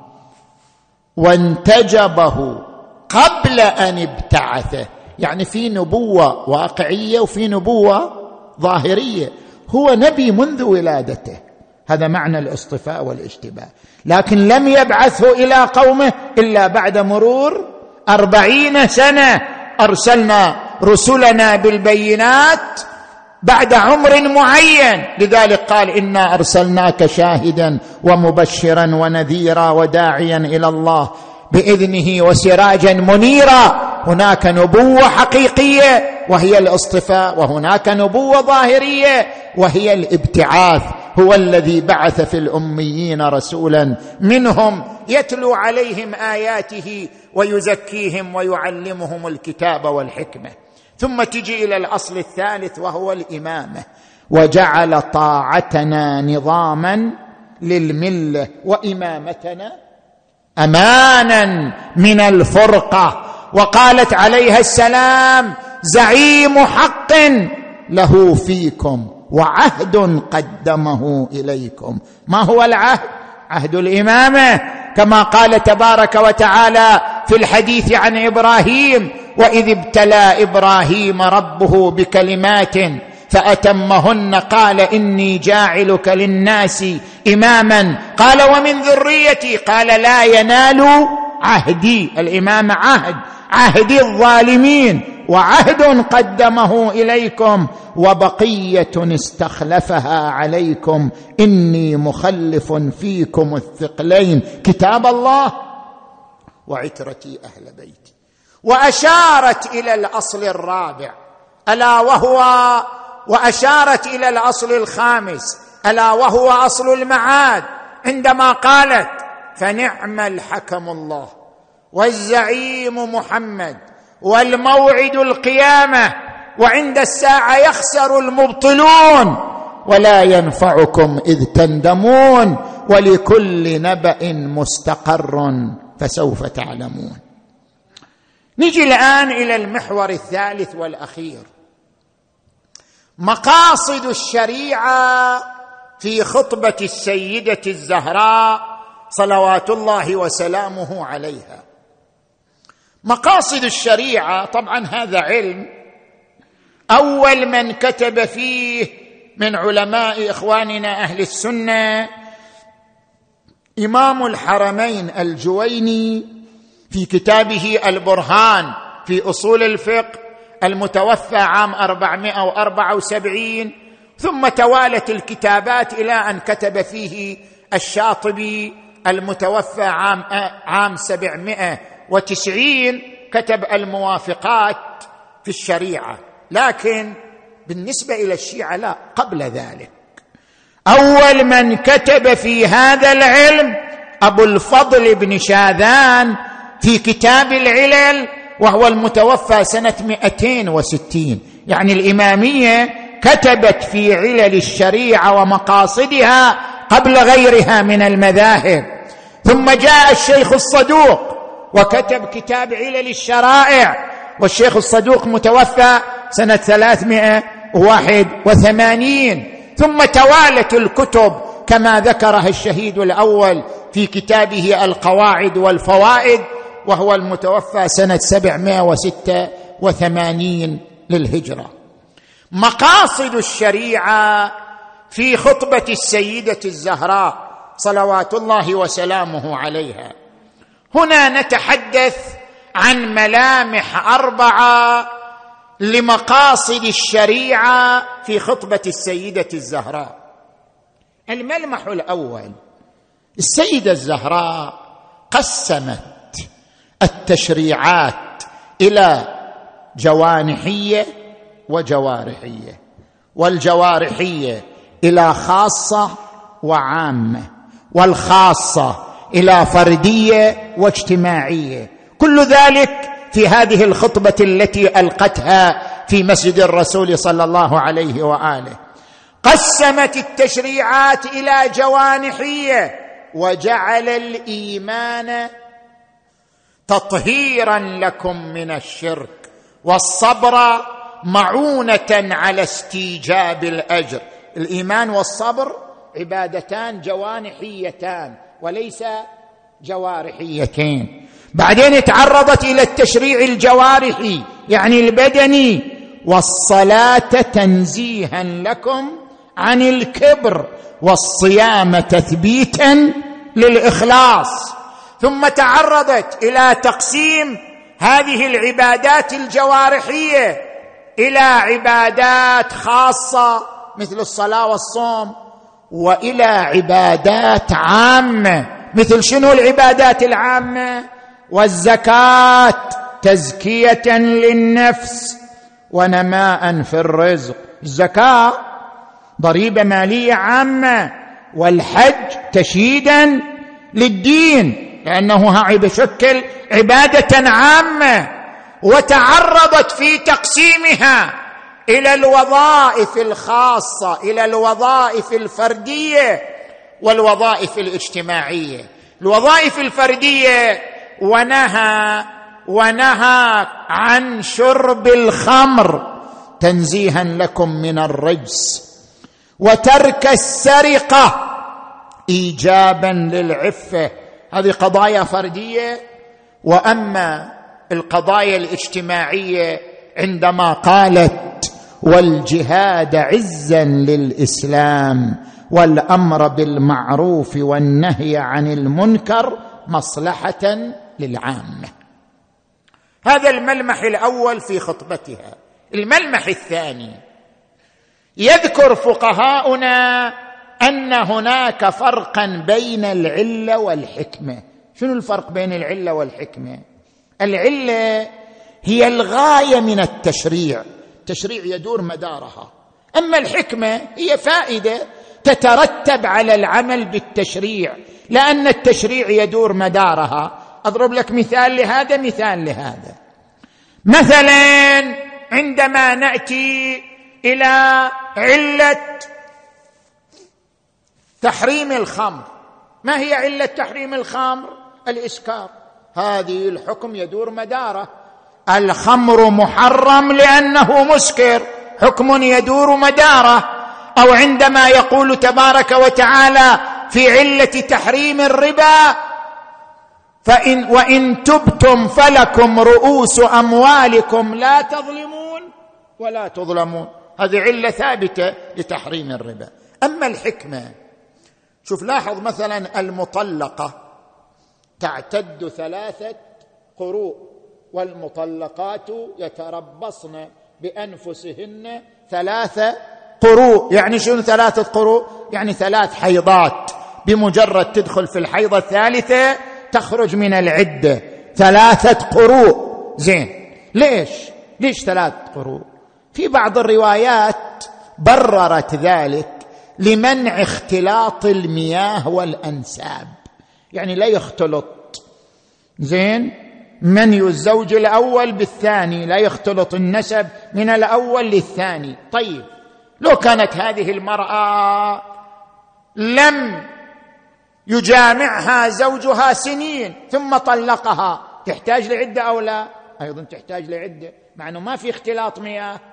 وانتجبه قبل أن ابتعثه. يعني في نبوة واقعية وفي نبوة ظاهرية. هو نبي منذ ولادته، هذا معنى الاصطفاء والاجتباء، لكن لم يبعثه إلى قومه إلا بعد مرور أربعين سنة. أرسلنا رسلنا بالبينات بعد عمر معين، لذلك قال: إنا أرسلناك شاهدا ومبشرا ونذيرا وداعيا إلى الله بإذنه وسراجا منيرا. هناك نبوة حقيقية وهي الاصطفاء، وهناك نبوة ظاهرية وهي الابتعاث. هو الذي بعث في الأميين رسولا منهم يتلو عليهم آياته ويزكيهم ويعلمهم الكتاب والحكمة. ثم تجي إلى الأصل الثالث وهو الإمامة: وجعل طاعتنا نظاما للملة وإمامتنا أمانا من الفرقة. وقالت عليها السلام: زعيم حق له فيكم وعهد قدمه إليكم. ما هو العهد؟ عهد الإمامة، كما قال تبارك وتعالى في الحديث عن إبراهيم: وإذ ابتلى إبراهيم ربه بكلمات فأتمهن قال إني جاعلك للناس إماما قال ومن ذريتي قال لا ينال عهدي. الإمام عهد عهد الظالمين، وعهد قدمه إليكم، وبقية استخلفها عليكم إني مخلف فيكم الثقلين كتاب الله وعترتي أهل بيتي. وأشارت إلى الأصل الرابع ألا وهو وأشارت إلى الأصل الخامس ألا وهو أصل المعاد، عندما قالت: فنعم الحكم الله والزعيم محمد والموعد القيامة وعند الساعة يخسر المبطلون ولا ينفعكم إذ تندمون ولكل نبأ مستقر فسوف تعلمون. نجي الآن إلى المحور الثالث والأخير: مقاصد الشريعة في خطبة السيدة الزهراء صلوات الله وسلامه عليها. مقاصد الشريعة طبعا هذا علم أول من كتب فيه من علماء إخواننا أهل السنة إمام الحرمين الجويني في كتابه البرهان في أصول الفقه المتوفى عام أربعمائة وأربعة وسبعين، ثم توالت الكتابات إلى أن كتب فيه الشاطبي المتوفى عام عام سبعمائة وتسعين، كتب الموافقات في الشريعة. لكن بالنسبة إلى الشيعة لا، قبل ذلك أول من كتب في هذا العلم أبو الفضل بن شاذان في كتاب العلل، وهو المتوفى سنة مئتين وستين. يعني الإمامية كتبت في علل الشريعة ومقاصدها قبل غيرها من المذاهب. ثم جاء الشيخ الصدوق وكتب كتاب علل الشرائع، والشيخ الصدوق متوفى سنة ثلاثمائة وواحد وثمانين. ثم توالت الكتب كما ذكرها الشهيد الأول في كتابه القواعد والفوائد، وهو المتوفى سنة سبعمائة وستة وثمانين للهجرة. مقاصد الشريعة في خطبة السيدة الزهراء صلوات الله وسلامه عليها. هنا نتحدث عن ملامح أربعة لمقاصد الشريعة في خطبة السيدة الزهراء. الملمح الأول: السيدة الزهراء قسمت التشريعات إلى جوانحية وجوارحية، والجوارحية إلى خاصة وعامة، والخاصة إلى فردية واجتماعية، كل ذلك في هذه الخطبة التي ألقتها في مسجد الرسول صلى الله عليه وآله. قسمت التشريعات إلى جوانحية، وجعل الإيمان تطهيرا لكم من الشرك، والصبر معونة على استيجاب الأجر. الإيمان والصبر عبادتان جوانحيتان وليس جوارحيتين. بعدين تعرضت إلى التشريع الجوارحي يعني البدني: والصلاة تنزيها لكم عن الكبر، والصيام تثبيتا للإخلاص. ثم تعرضت إلى تقسيم هذه العبادات الجوارحية إلى عبادات خاصة مثل الصلاة والصوم، وإلى عبادات عامة مثل شنو العبادات العامة؟ والزكاة تزكية للنفس ونماء في الرزق. الزكاة ضريبة مالية عامة، والحج تشييدا للدين لأنه يشكل عبادة عامة. وتعرضت في تقسيمها إلى الوظائف الخاصة، إلى الوظائف الفردية والوظائف الاجتماعية. الوظائف الفردية: ونهى ونهى عن شرب الخمر تنزيها لكم من الرجس، وترك السرقة إيجابا للعفة. هذه قضايا فردية. وأما القضايا الاجتماعية عندما قالت: والجهاد عزا للإسلام، والأمر بالمعروف والنهي عن المنكر مصلحة للعامة. هذا الملمح الأول في خطبتها. الملمح الثاني: يذكر فقهاؤنا أن هناك فرقا بين العلة والحكمة. شنو الفرق بين العلة والحكمة؟ العلة هي الغاية من التشريع، التشريع يدور مدارها. أما الحكمة هي فائدة تترتب على العمل بالتشريع، لأن التشريع يدور مدارها. أضرب لك مثال لهذا مثال لهذا. مثلا عندما نأتي إلى علة تحريم الخمر، ما هي علة تحريم الخمر؟ الإسكار. هذه الحكم يدور مداره، الخمر محرم لأنه مسكر، حكم يدور مداره. أو عندما يقول تبارك وتعالى في علة تحريم الربا: فإن وإن تبتم فلكم رؤوس أموالكم لا تظلمون ولا تظلمون. هذه علة ثابتة لتحريم الربا. أما الحكمة، شوف لاحظ مثلا المطلقة تعتد ثلاثة قروء، والمطلقات يتربصن بأنفسهن ثلاثة قروء. يعني شنو ثلاثة قروء؟ يعني ثلاث حيضات، بمجرد تدخل في الحيضة الثالثة تخرج من العدة. ثلاثة قروء. زين، ليش؟ ليش ثلاث قروء؟ في بعض الروايات بررت ذلك لمنع اختلاط المياه والأنساب، يعني لا يختلط. زين، مني الزوج الأول بالثاني، لا يختلط النسب من الأول للثاني. طيب، لو كانت هذه المرأة لم يجامعها زوجها سنين ثم طلقها، تحتاج لعدة أو لا؟ أيضا تحتاج لعدة، مع أنه ما في اختلاط مياه.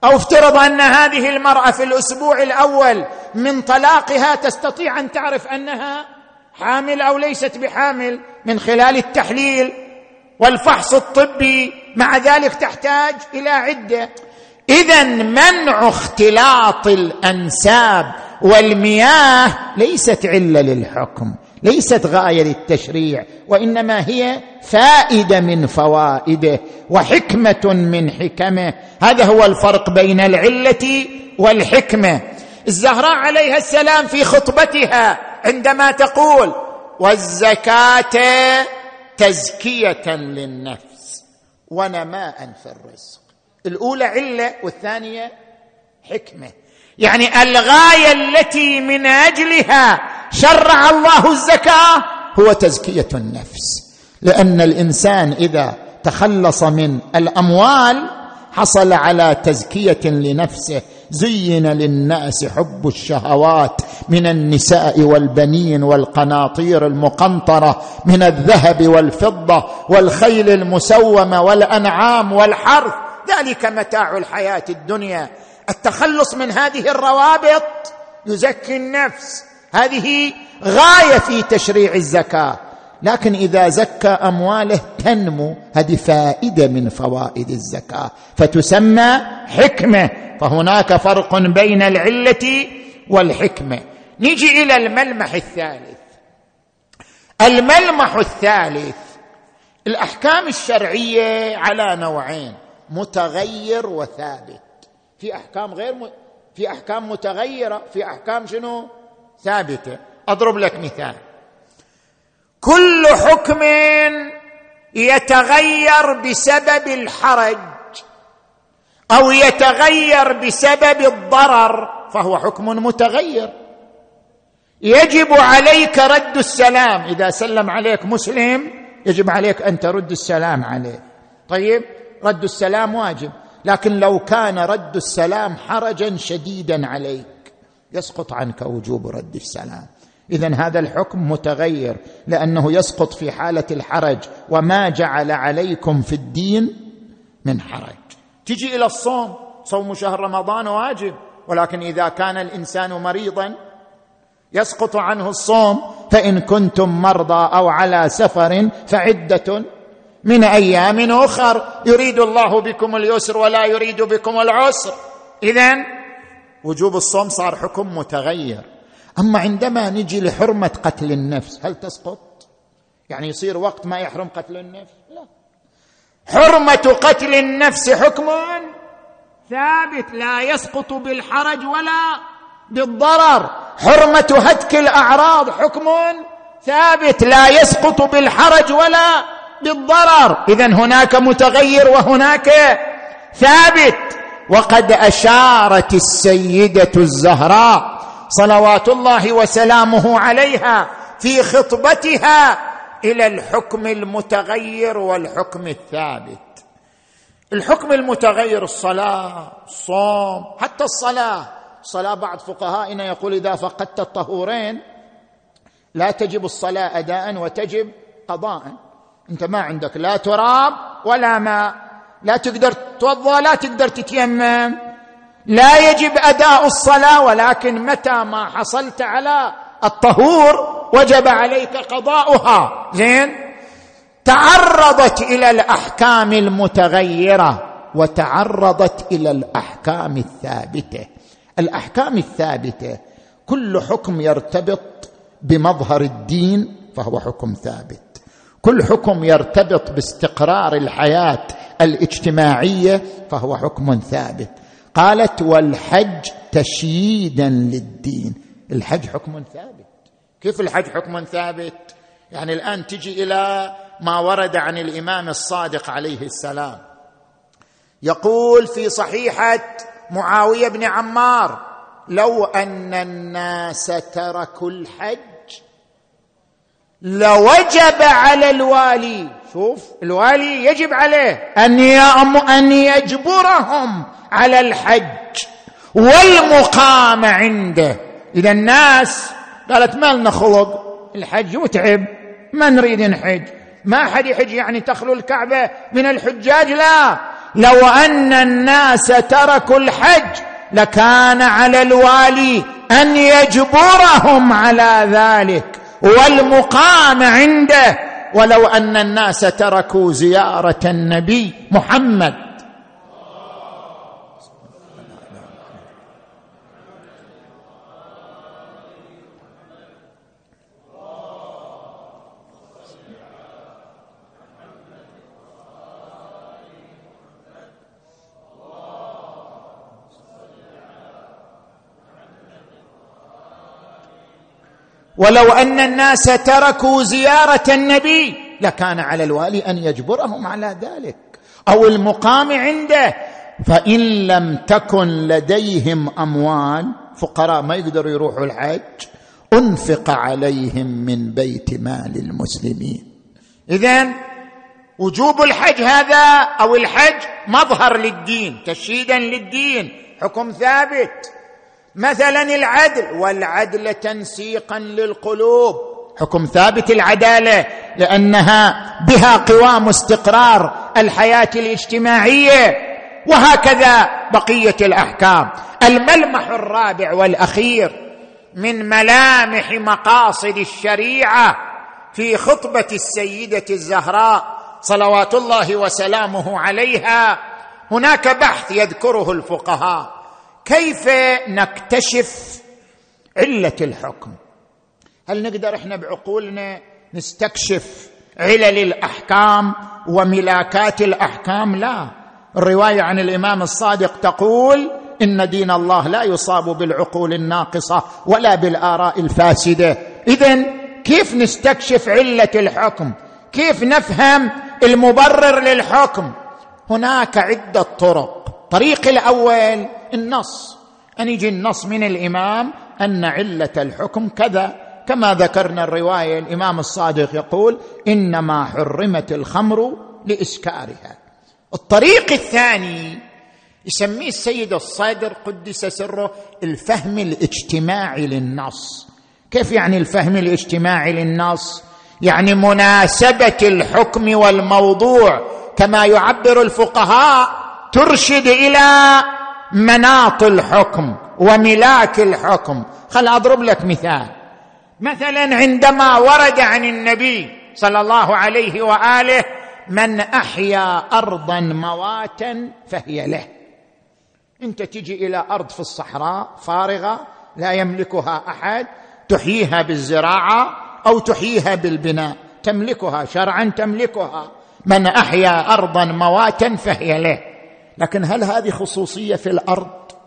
أو افترض أن هذه المرأة في الأسبوع الأول من طلاقها تستطيع أن تعرف أنها حامل أو ليست بحامل من خلال التحليل والفحص الطبي، مع ذلك تحتاج إلى عدة. إذن منع اختلاط الأنساب والمياه ليست علة للحكم، ليست غاية للتشريع، وإنما هي فائدة من فوائده وحكمة من حكمه. هذا هو الفرق بين العلة والحكمة. الزهراء عليها السلام في خطبتها عندما تقول: والزكاة تزكية للنفس ونماء في الرزق. الأولى علة والثانية حكمة، يعني الغاية التي من أجلها شرع الله الزكاة هو تزكية النفس، لأن الإنسان إذا تخلص من الأموال حصل على تزكية لنفسه. زين للناس حب الشهوات من النساء والبنين والقناطير المقنطرة من الذهب والفضة والخيل المسومة والأنعام والحرث، ذلك متاع الحياة الدنيا. التخلص من هذه الروابط يزكي النفس، هذه غاية في تشريع الزكاة. لكن إذا زكى أمواله تنمو، هذه فائدة من فوائد الزكاة فتسمى حكمة. فهناك فرق بين العلة والحكمة. نيجي إلى الملمح الثالث. الملمح الثالث: الأحكام الشرعية على نوعين: متغير وثابت. في أحكام غير م... في أحكام متغيرة، في أحكام شنو؟ ثابتة. أضرب لك مثال: كل حكم يتغير بسبب الحرج أو يتغير بسبب الضرر فهو حكم متغير. يجب عليك رد السلام، إذا سلم عليك مسلم يجب عليك أن ترد السلام عليه. طيب، رد السلام واجب، لكن لو كان رد السلام حرجا شديدا عليك يسقط عنك وجوب رد السلام. إذن هذا الحكم متغير لأنه يسقط في حالة الحرج، وما جعل عليكم في الدين من حرج. تجي إلى الصوم، صوم شهر رمضان واجب، ولكن إذا كان الإنسان مريضا يسقط عنه الصوم. فإن كنتم مرضى أو على سفر فعدة من أيام أخر، يريد الله بكم اليسر ولا يريد بكم العسر. إذن وجوب الصوم صار حكم متغير. أما عندما نجي لحرمة قتل النفس هل تسقط؟ يعني يصير وقت ما يحرم قتل النفس؟ لا، حرمة قتل النفس حكم ثابت لا يسقط بالحرج ولا بالضرر. حرمة هتك الأعراض حكم ثابت لا يسقط بالحرج ولا بالضرر. إذن هناك متغير وهناك ثابت. وقد أشارت السيدة الزهراء صلوات الله وسلامه عليها في خطبتها إلى الحكم المتغير والحكم الثابت. الحكم المتغير الصلاة، الصوم، حتى الصلاة. الصلاة بعض فقهائنا يقول إذا فقدت الطهورين لا تجب الصلاة أداء وتجب قضاء. أنت ما عندك لا تراب ولا ماء، لا تقدر تتوضأ لا تقدر تتيمم، لا يجب أداء الصلاة، ولكن متى ما حصلت على الطهور وجب عليك قضاؤها. زين، تعرضت إلى الأحكام المتغيرة وتعرضت إلى الأحكام الثابتة. الأحكام الثابتة كل حكم يرتبط بمظهر الدين فهو حكم ثابت، كل حكم يرتبط باستقرار الحياة الاجتماعية فهو حكم ثابت. قالت: والحج تشييدا للدين. الحج حكم ثابت. كيف الحج حكم ثابت؟ يعني الآن تجي إلى ما ورد عن الإمام الصادق عليه السلام، يقول في صحيحة معاوية بن عمار: لو أن الناس تركوا الحج لوجب على الوالي، شوف الوالي يجب عليه أن يأم أن يجبرهم على الحج والمقام عنده. إذا الناس قالت ما لنا خلق الحج متعب، ما نريد نحج، ما حد يحج يعني تخلو الكعبة من الحجاج، لا، لو أن الناس تركوا الحج لكان على الوالي أن يجبرهم على ذلك والمقام عنده، ولو أن الناس تركوا زيارة النبي محمد ولو أن الناس تركوا زيارة النبي لكان على الوالي أن يجبرهم على ذلك أو المقام عنده. فإن لم تكن لديهم أموال، فقراء ما يقدروا يروحوا الحج، أنفق عليهم من بيت مال المسلمين. إذن وجوب الحج هذا أو الحج مظهر للدين، تشييدا للدين، حكم ثابت. مثلا العدل، والعدل تنسيقا للقلوب، حكم ثابت العدالة لأنها بها قوام استقرار الحياة الاجتماعية، وهكذا بقية الأحكام. الملمح الرابع والأخير من ملامح مقاصد الشريعة في خطبة السيدة الزهراء صلوات الله وسلامه عليها، هناك بحث يذكره الفقهاء: كيف نكتشف علة الحكم؟ هل نقدر احنا بعقولنا نستكشف علل الأحكام وملاكات الأحكام؟ لا. الرواية عن الإمام الصادق تقول: إن دين الله لا يصاب بالعقول الناقصة ولا بالآراء الفاسدة. إذن كيف نستكشف علة الحكم؟ كيف نفهم المبرر للحكم؟ هناك عدة طرق. الطريق الأول النص، أن يجي النص من الإمام أن علة الحكم كذا، كما ذكرنا الرواية الإمام الصادق يقول: إنما حرمت الخمر لإسكارها. الطريق الثاني يسميه السيد الصدر قدس سره الفهم الاجتماعي للنص. كيف يعني الفهم الاجتماعي للنص؟ يعني مناسبة الحكم والموضوع كما يعبر الفقهاء ترشد إلى مناط الحكم وملاك الحكم. خل أضرب لك مثال. مثلا عندما ورد عن النبي صلى الله عليه وآله: من أحيا أرضا مواتا فهي له. أنت تجي إلى أرض في الصحراء فارغة لا يملكها أحد، تحييها بالزراعة أو تحييها بالبناء، تملكها شرعا، تملكها. من أحيا أرضا مواتا فهي له. لكن هل هذه خصوصية في الأرض؟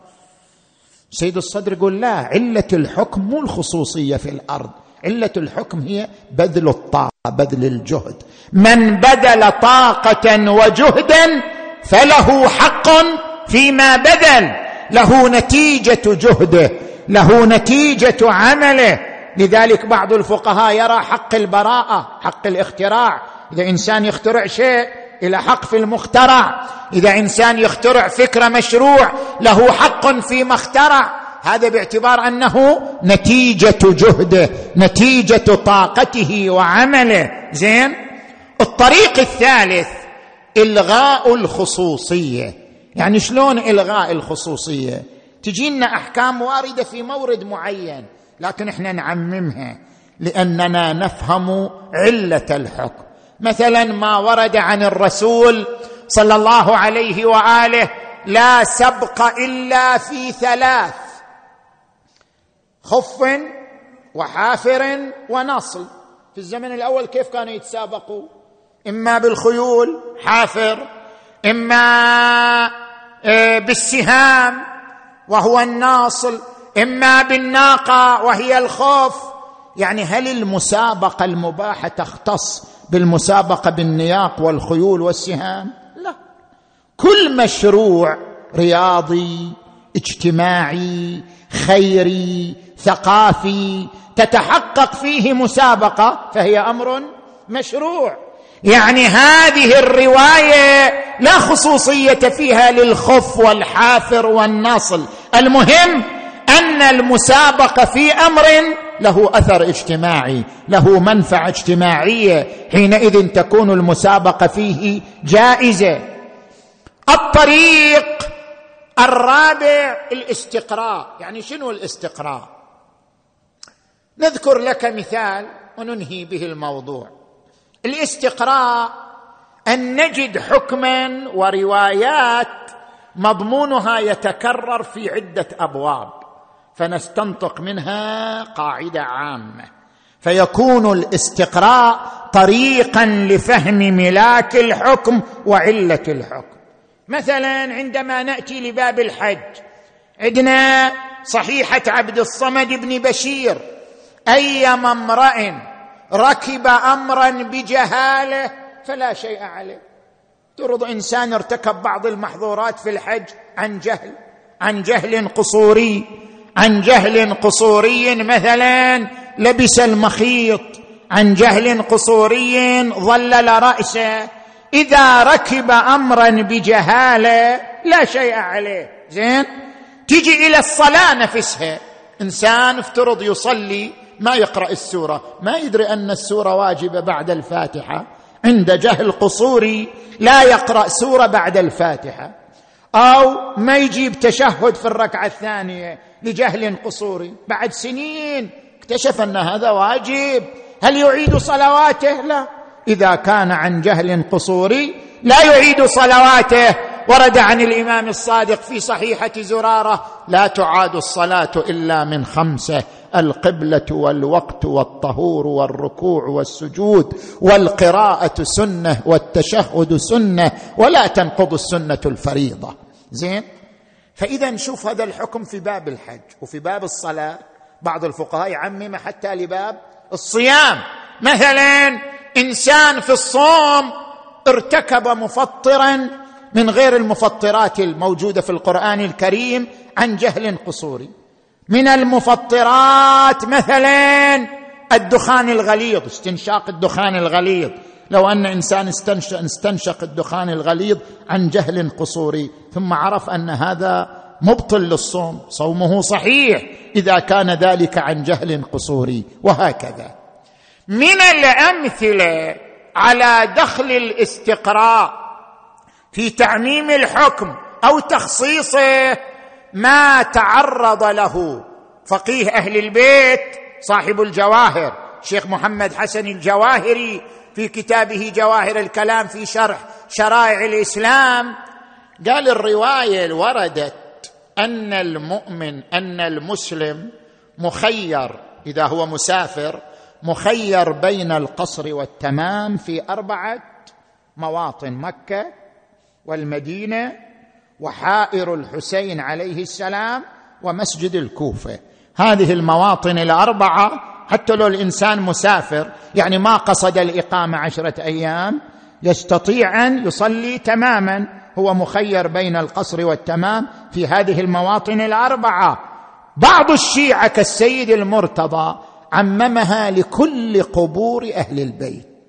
سيد الصدر يقول: لا، علة الحكم مو الخصوصية في الأرض، علة الحكم هي بذل الطاقة، بذل الجهد. من بذل طاقة وجهدا فله حق فيما بذل، له نتيجة جهده، له نتيجة عمله. لذلك بعض الفقهاء يرى حق البراءة، حق الاختراع. إذا إنسان يخترع شيء إلى حق في المخترع، إذا إنسان يخترع فكرة مشروع له حق فيما اخترع، هذا باعتبار أنه نتيجة جهده، نتيجة طاقته وعمله. زين. الطريق الثالث إلغاء الخصوصية. يعني شلون إلغاء الخصوصية؟ تجينا أحكام واردة في مورد معين لكن إحنا نعممها لأننا نفهم علة الحكم. مثلا ما ورد عن الرسول صلى الله عليه وآله: لا سبق إلا في ثلاث: خف وحافر ونصل. في الزمن الأول كيف كانوا يتسابقوا؟ إما بالخيول حافر، إما بالسهام وهو الناصل، إما بالناقة وهي الخوف. يعني هل المسابقة المباحة تختص بالمسابقة بالنياق والخيول والسهام؟ لا. كل مشروع رياضي اجتماعي خيري ثقافي تتحقق فيه مسابقة فهي أمر مشروع. يعني هذه الرواية لا خصوصية فيها للخف والحافر والنصل. المهم أن المسابقة في أمر له أثر اجتماعي، له منفعة اجتماعية، حينئذ تكون المسابقة فيه جائزة. الطريق الرابع الاستقراء. يعني شنو الاستقراء؟ نذكر لك مثال وننهي به الموضوع. الاستقراء أن نجد حكما وروايات مضمونها يتكرر في عدة أبواب، فنستنطق منها قاعدة عامة، فيكون الاستقراء طريقا لفهم ملاك الحكم وعلة الحكم. مثلا عندما نأتي لباب الحج عندنا صحيحة عبد الصمد بن بشير: أيما امرئ ركب أمرا بجهالة فلا شيء عليه. ترض إنسان ارتكب بعض المحظورات في الحج عن جهل، عن جهل قصوري، عن جهل قصوري مثلا لبس المخيط، عن جهل قصوري ظلل رأسه، إذا ركب أمرا بجهالة لا شيء عليه. زين، تيجي إلى الصلاة نفسها، إنسان افترض يصلي ما يقرأ السورة، ما يدري أن السورة واجبة بعد الفاتحة، عند جهل قصوري لا يقرأ سورة بعد الفاتحة، أو ما يجيب تشهد في الركعة الثانية لجهل قصوري، بعد سنين اكتشف أن هذا واجب، هل يعيد صلواته؟ لا. إذا كان عن جهل قصوري لا يعيد صلواته. ورد عن الإمام الصادق في صحيحة زرارة: لا تعاد الصلاة إلا من خمسة: القبلة والوقت والطهور والركوع والسجود والقراءة سنة والتشهد سنة، ولا تنقض السنة الفريضة. زين، فإذا نشوف هذا الحكم في باب الحج وفي باب الصلاة. بعض الفقهاء يعمم حتى لباب الصيام. مثلا إنسان في الصوم ارتكب مفطرا من غير المفطرات الموجودة في القرآن الكريم عن جهل قصوري. من المفطرات مثلا الدخان الغليظ، استنشاق الدخان الغليظ. لو أن إنسان استنشق الدخان الغليظ عن جهل قصوري ثم عرف أن هذا مبطل للصوم، صومه صحيح إذا كان ذلك عن جهل قصوري، وهكذا. من الأمثلة على دخل الاستقراء في تعميم الحكم أو تخصيصه ما تعرض له فقيه أهل البيت صاحب الجواهر شيخ محمد حسن الجواهري في كتابه جواهر الكلام في شرح شرائع الإسلام. قال: الرواية وردت أن المؤمن أن المسلم مخير إذا هو مسافر، مخير بين القصر والتمام في أربعة مواطن: مكة والمدينة وحائر الحسين عليه السلام ومسجد الكوفة. هذه المواطن الأربعة حتى لو الإنسان مسافر يعني ما قصد الإقامة عشرة أيام يستطيع أن يصلي تماما، هو مخير بين القصر والتمام في هذه المواطن الأربعة. بعض الشيعة كالسيد المرتضى عممها لكل قبور أهل البيت،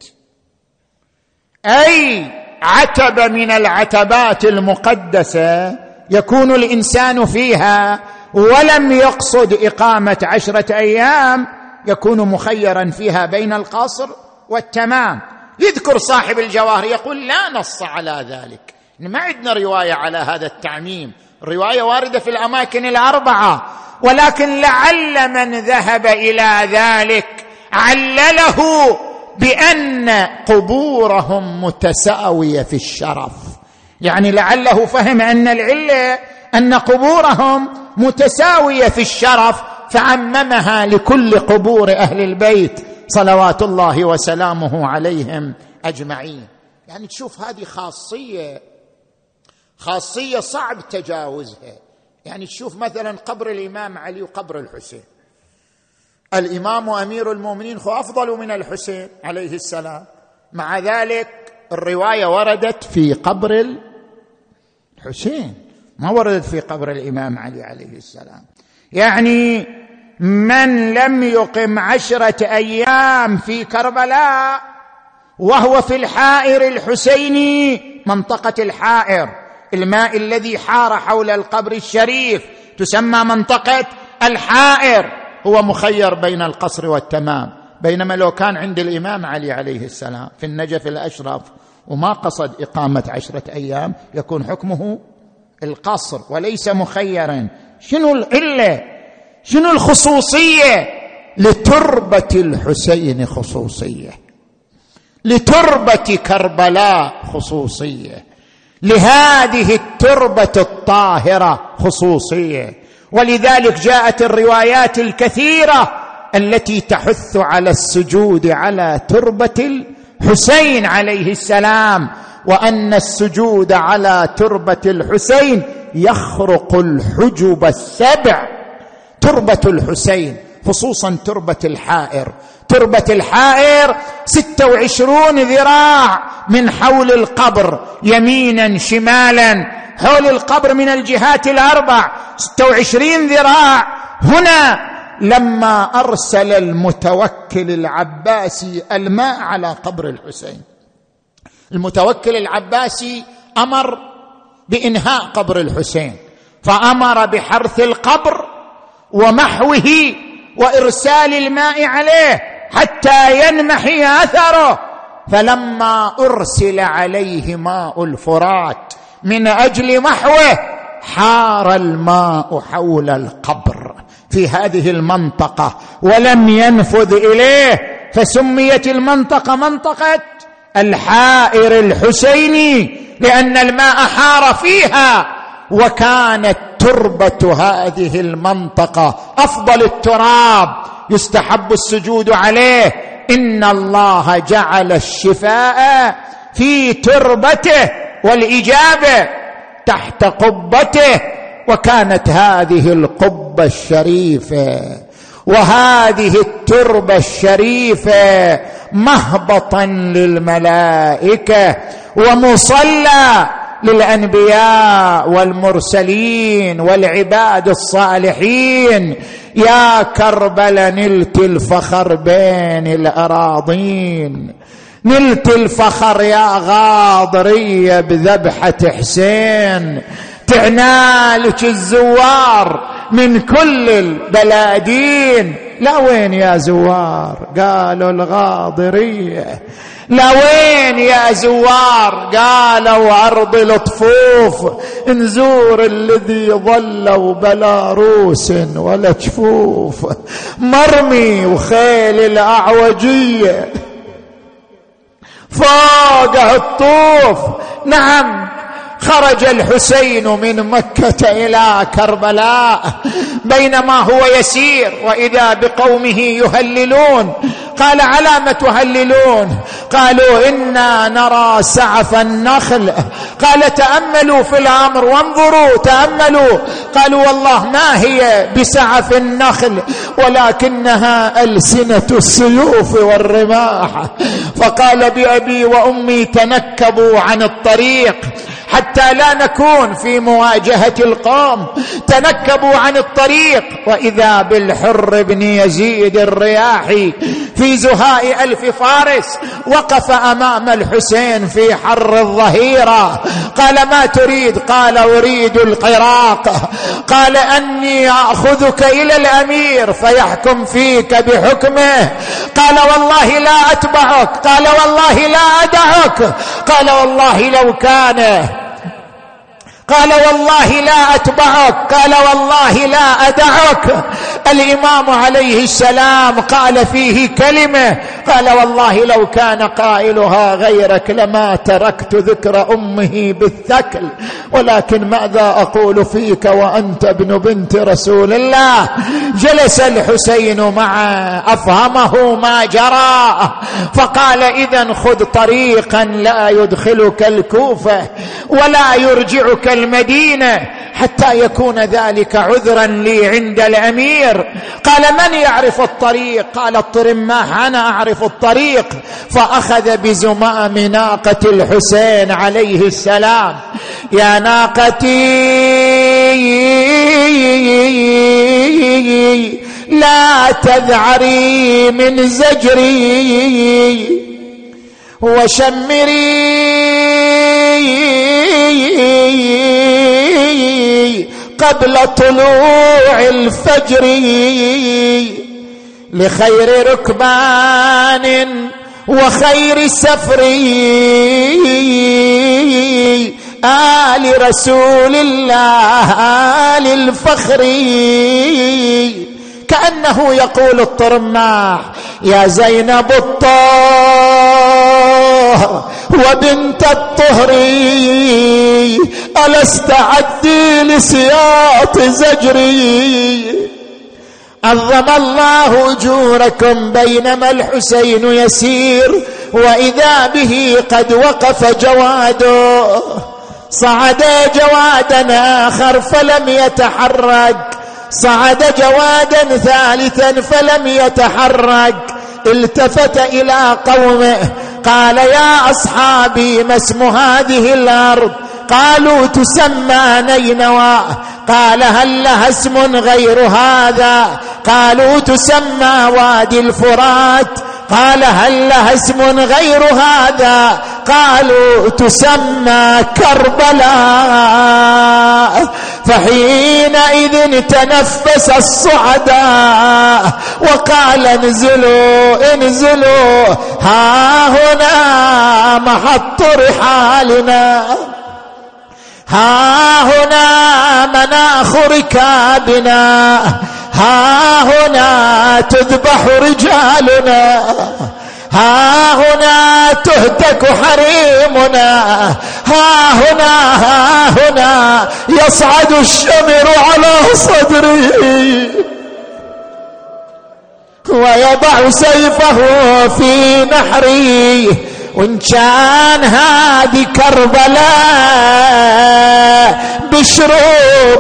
أي عتبة من العتبات المقدسة يكون الإنسان فيها ولم يقصد إقامة عشرة أيام يكون مخيرا فيها بين القصر والتمام. يذكر صاحب الجواهر يقول: لا نص على ذلك، ما عندنا رواية على هذا التعميم، الرواية واردة في الأماكن الأربعة، ولكن لعل من ذهب إلى ذلك علله بأن قبورهم متساوية في الشرف، يعني لعله فهم أن العلة أن قبورهم متساوية في الشرف فعممها لكل قبور أهل البيت صلوات الله وسلامه عليهم أجمعين. يعني تشوف هذه خاصية خاصية صعب تجاوزها. يعني تشوف مثلا قبر الإمام علي وقبر الحسين، الإمام أمير المؤمنين هو أفضل من الحسين عليه السلام، مع ذلك الرواية وردت في قبر الحسين ما وردت في قبر الإمام علي عليه السلام. يعني من لم يقم عشرة أيام في كربلاء وهو في الحائر الحسيني، منطقة الحائر الماء الذي حار حول القبر الشريف تسمى منطقة الحائر، هو مخير بين القصر والتمام. بينما لو كان عند الإمام علي عليه السلام في النجف الأشرف وما قصد إقامة عشرة أيام يكون حكمه القصر وليس مخيرا. شنو العلة؟ شنو الخصوصية؟ لتربة الحسين خصوصية، لتربة كربلاء خصوصية، لهذه التربة الطاهرة خصوصية. ولذلك جاءت الروايات الكثيرة التي تحث على السجود على تربة الحسين عليه السلام، وأن السجود على تربة الحسين يخرق الحجب السبع. تربة الحسين خصوصا تربة الحائر، تربة الحائر ستة وعشرون ذراع من حول القبر يمينا شمالا، حول القبر من الجهات الأربع ستة وعشرين ذراع. هنا لما أرسل المتوكل العباسي الماء على قبر الحسين، المتوكل العباسي أمر بإنهاء قبر الحسين، فأمر بحرث القبر ومحوه وإرسال الماء عليه حتى ينمحي أثره. فلما أرسل عليه ماء الفرات من أجل محوه حار الماء حول القبر في هذه المنطقة ولم ينفذ إليه، فسميت المنطقة منطقة الحائر الحسيني لأن الماء حار فيها. وكانت تربة هذه المنطقة أفضل التراب يستحب السجود عليه. إن الله جعل الشفاء في تربته والإجابة تحت قبته. وكانت هذه القبة الشريفة وهذه التربة الشريفة مهبطا للملائكة ومصلى للأنبياء والمرسلين والعباد الصالحين. يا كربلاء نلت الفخر بين الأراضين، نلت الفخر يا غاضرية بذبحة حسين، تعنالك الزوار من كل البلادين. لا وين يا زوار؟ قالوا الغاضرية. لا وين يا زوار؟ قالوا أرض الطفوف، نزور الذي ظلوا بلا روس ولا جفوف، مرمي وخيل الأعوجية فوق الطوف. نعم خرج الحسين من مكة إلى كربلاء بينما هو يسير وإذا بقومه يهللون. قال على ما تهللون؟ قالوا إنا نرى سعف النخل. قال تأملوا في الأمر وانظروا تأملوا. قالوا والله ما هي بسعف النخل ولكنها ألسنة السيوف والرماح. فقال بأبي وأمي تنكبوا عن الطريق حتى لا نكون في مواجهة القوم، تنكبوا عن الطريق. وإذا بالحر بن يزيد الرياحي في زهاء ألف فارس وقف أمام الحسين في حر الظهيرة. قال ما تريد؟ قال أريد القراق. قال أني أخذك إلى الأمير فيحكم فيك بحكمه. قال والله لا أتبعك. قال والله لا أدعك. قال والله لو كان قال والله لا أتبعك. قال والله لا أدعك. الإمام عليه السلام قال فيه كلمة، قال والله لو كان قائلها غيرك لما تركت ذكر أمه بالثكل، ولكن ماذا أقول فيك وأنت ابن بنت رسول الله. جلس الحسين معه أفهمه ما جرى، فقال إذن خذ طريقا لا يدخلك الكوفة ولا يرجعك المدينة حتى يكون ذلك عذرا لي عند الأمير. قال من يعرف الطريق؟ قال الطرماح أنا أعرف الطريق. فأخذ بزمام ناقة الحسين عليه السلام. يا ناقتي لا تذعري من زجري وشمري قبل طلوع الفجر لخير ركبان وخير سفر آل رسول الله آل الفخر، كأنه يقول الطرماح: يا زينب الطاهر وبنت الطهر، ألست عدي لسياط زجري، عظم الله أجوركم بينما الحسين يسير، وإذا به قد وقف جواده. صعد جوادا آخر فلم يتحرك، صعد جوادا ثالثا فلم يتحرك، التفت إلى قومه قال: يا أصحابي ما اسم هذه الأرض؟ قالوا: تسمى نينوى. قال: هل لها اسم غير هذا؟ قالوا: تسمى وادي الفرات. قال: هل لها اسم غير هذا؟ قالوا: تسمى كربلاء. فحينئذ تنفس الصعداء وقال: انزلوا انزلوا، ها هنا محط رحالنا، ها هنا مناخ ركابنا، ها هنا تذبح رجالنا، ها هنا تهتك حريمنا، ها هنا ها هنا يصعد الشمر على صدري ويضع سيفه في نحري. وإن كان هذه كربلاء بشروا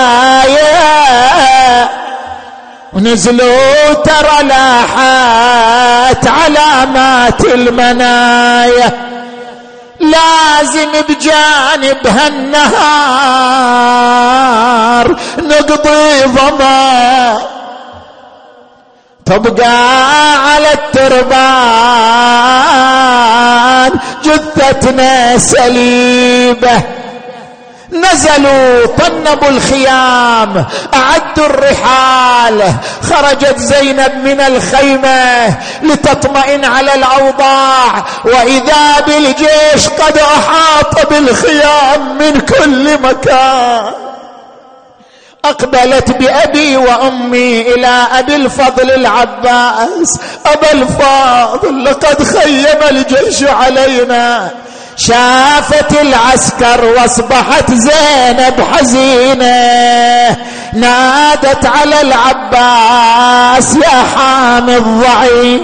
بلايا، ونزلوا ترى لاحت علامات المنايا، لازم بجانبها النهار نقضي ظما، تبقى على التربان جثتنا سليبة. نزلوا طنبوا الخيام، أعدوا الرحال. خرجت زينب من الخيمة لتطمئن على الأوضاع، وإذا بالجيش قد أحاط بالخيام من كل مكان. أقبلت بأبي وأمي إلى أبي الفضل العباس: أبا الفاضل، لقد خيم الجيش علينا. شافت العسكر واصبحت زينب حزينة، نادت على العباس: يا حامي الضعيف،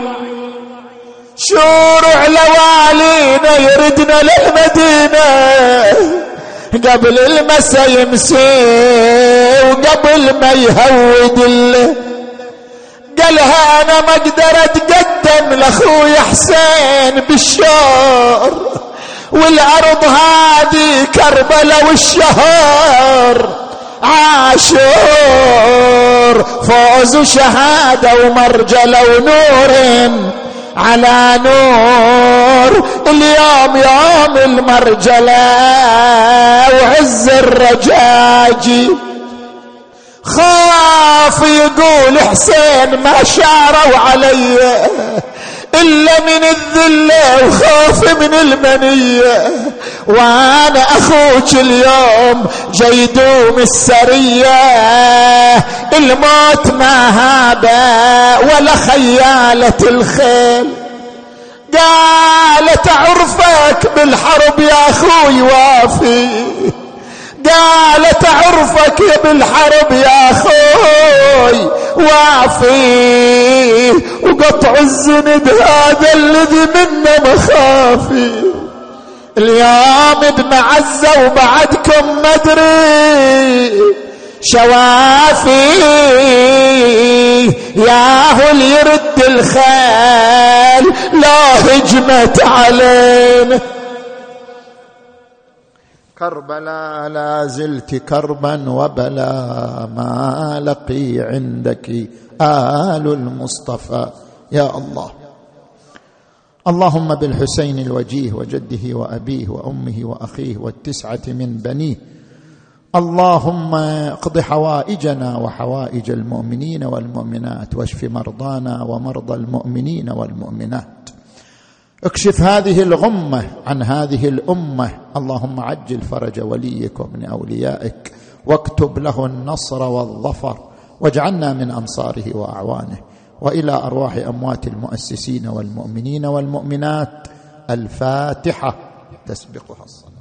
شورع لوالينا يردنا للمدينة قبل المسا يمسي وقبل ما يهود الله. قالها: أنا ما اقدر اتقدم لاخوي حسين بالشهر، والأرض هذه كربلاء والشهر عاشور، فوز وشهادة ومرجلة ونور على نور. اليوم يوم المرجلة وعز الرجاجي. خاف يقول حسين ما شاروا علي إلا من الذلة، وخاف من المنية، وأنا أخوك اليوم جيدوم السرية. الموت ما هابا ولا خيالة الخيل. قالت: أعرفك بالحرب يا أخوي وافي، قالت: أعرفك بالحرب يا أخوي وافي، وقطع الزند هذا الذي منا مخافي. اليوم بمعزة وبعدكم مدري شوافي، ياهو اللي يرد الخيل لا هجمت علينا. كربلاء لا زلت كربا وبلا، ما لقي عندك آل المصطفى. يا الله، اللهم بالحسين الوجيه وجده وأبيه وأمه وأخيه والتسعة من بنيه، اللهم اقض حوائجنا وحوائج المؤمنين والمؤمنات، واشف مرضانا ومرضى المؤمنين والمؤمنات. اكشف هذه الغمة عن هذه الأمة. اللهم عجل فرج وليك ومن أوليائك، واكتب له النصر والظفر، واجعلنا من أنصاره وأعوانه. وإلى أرواح أموات المؤسسين والمؤمنين والمؤمنات الفاتحة تسبقها الصلاة.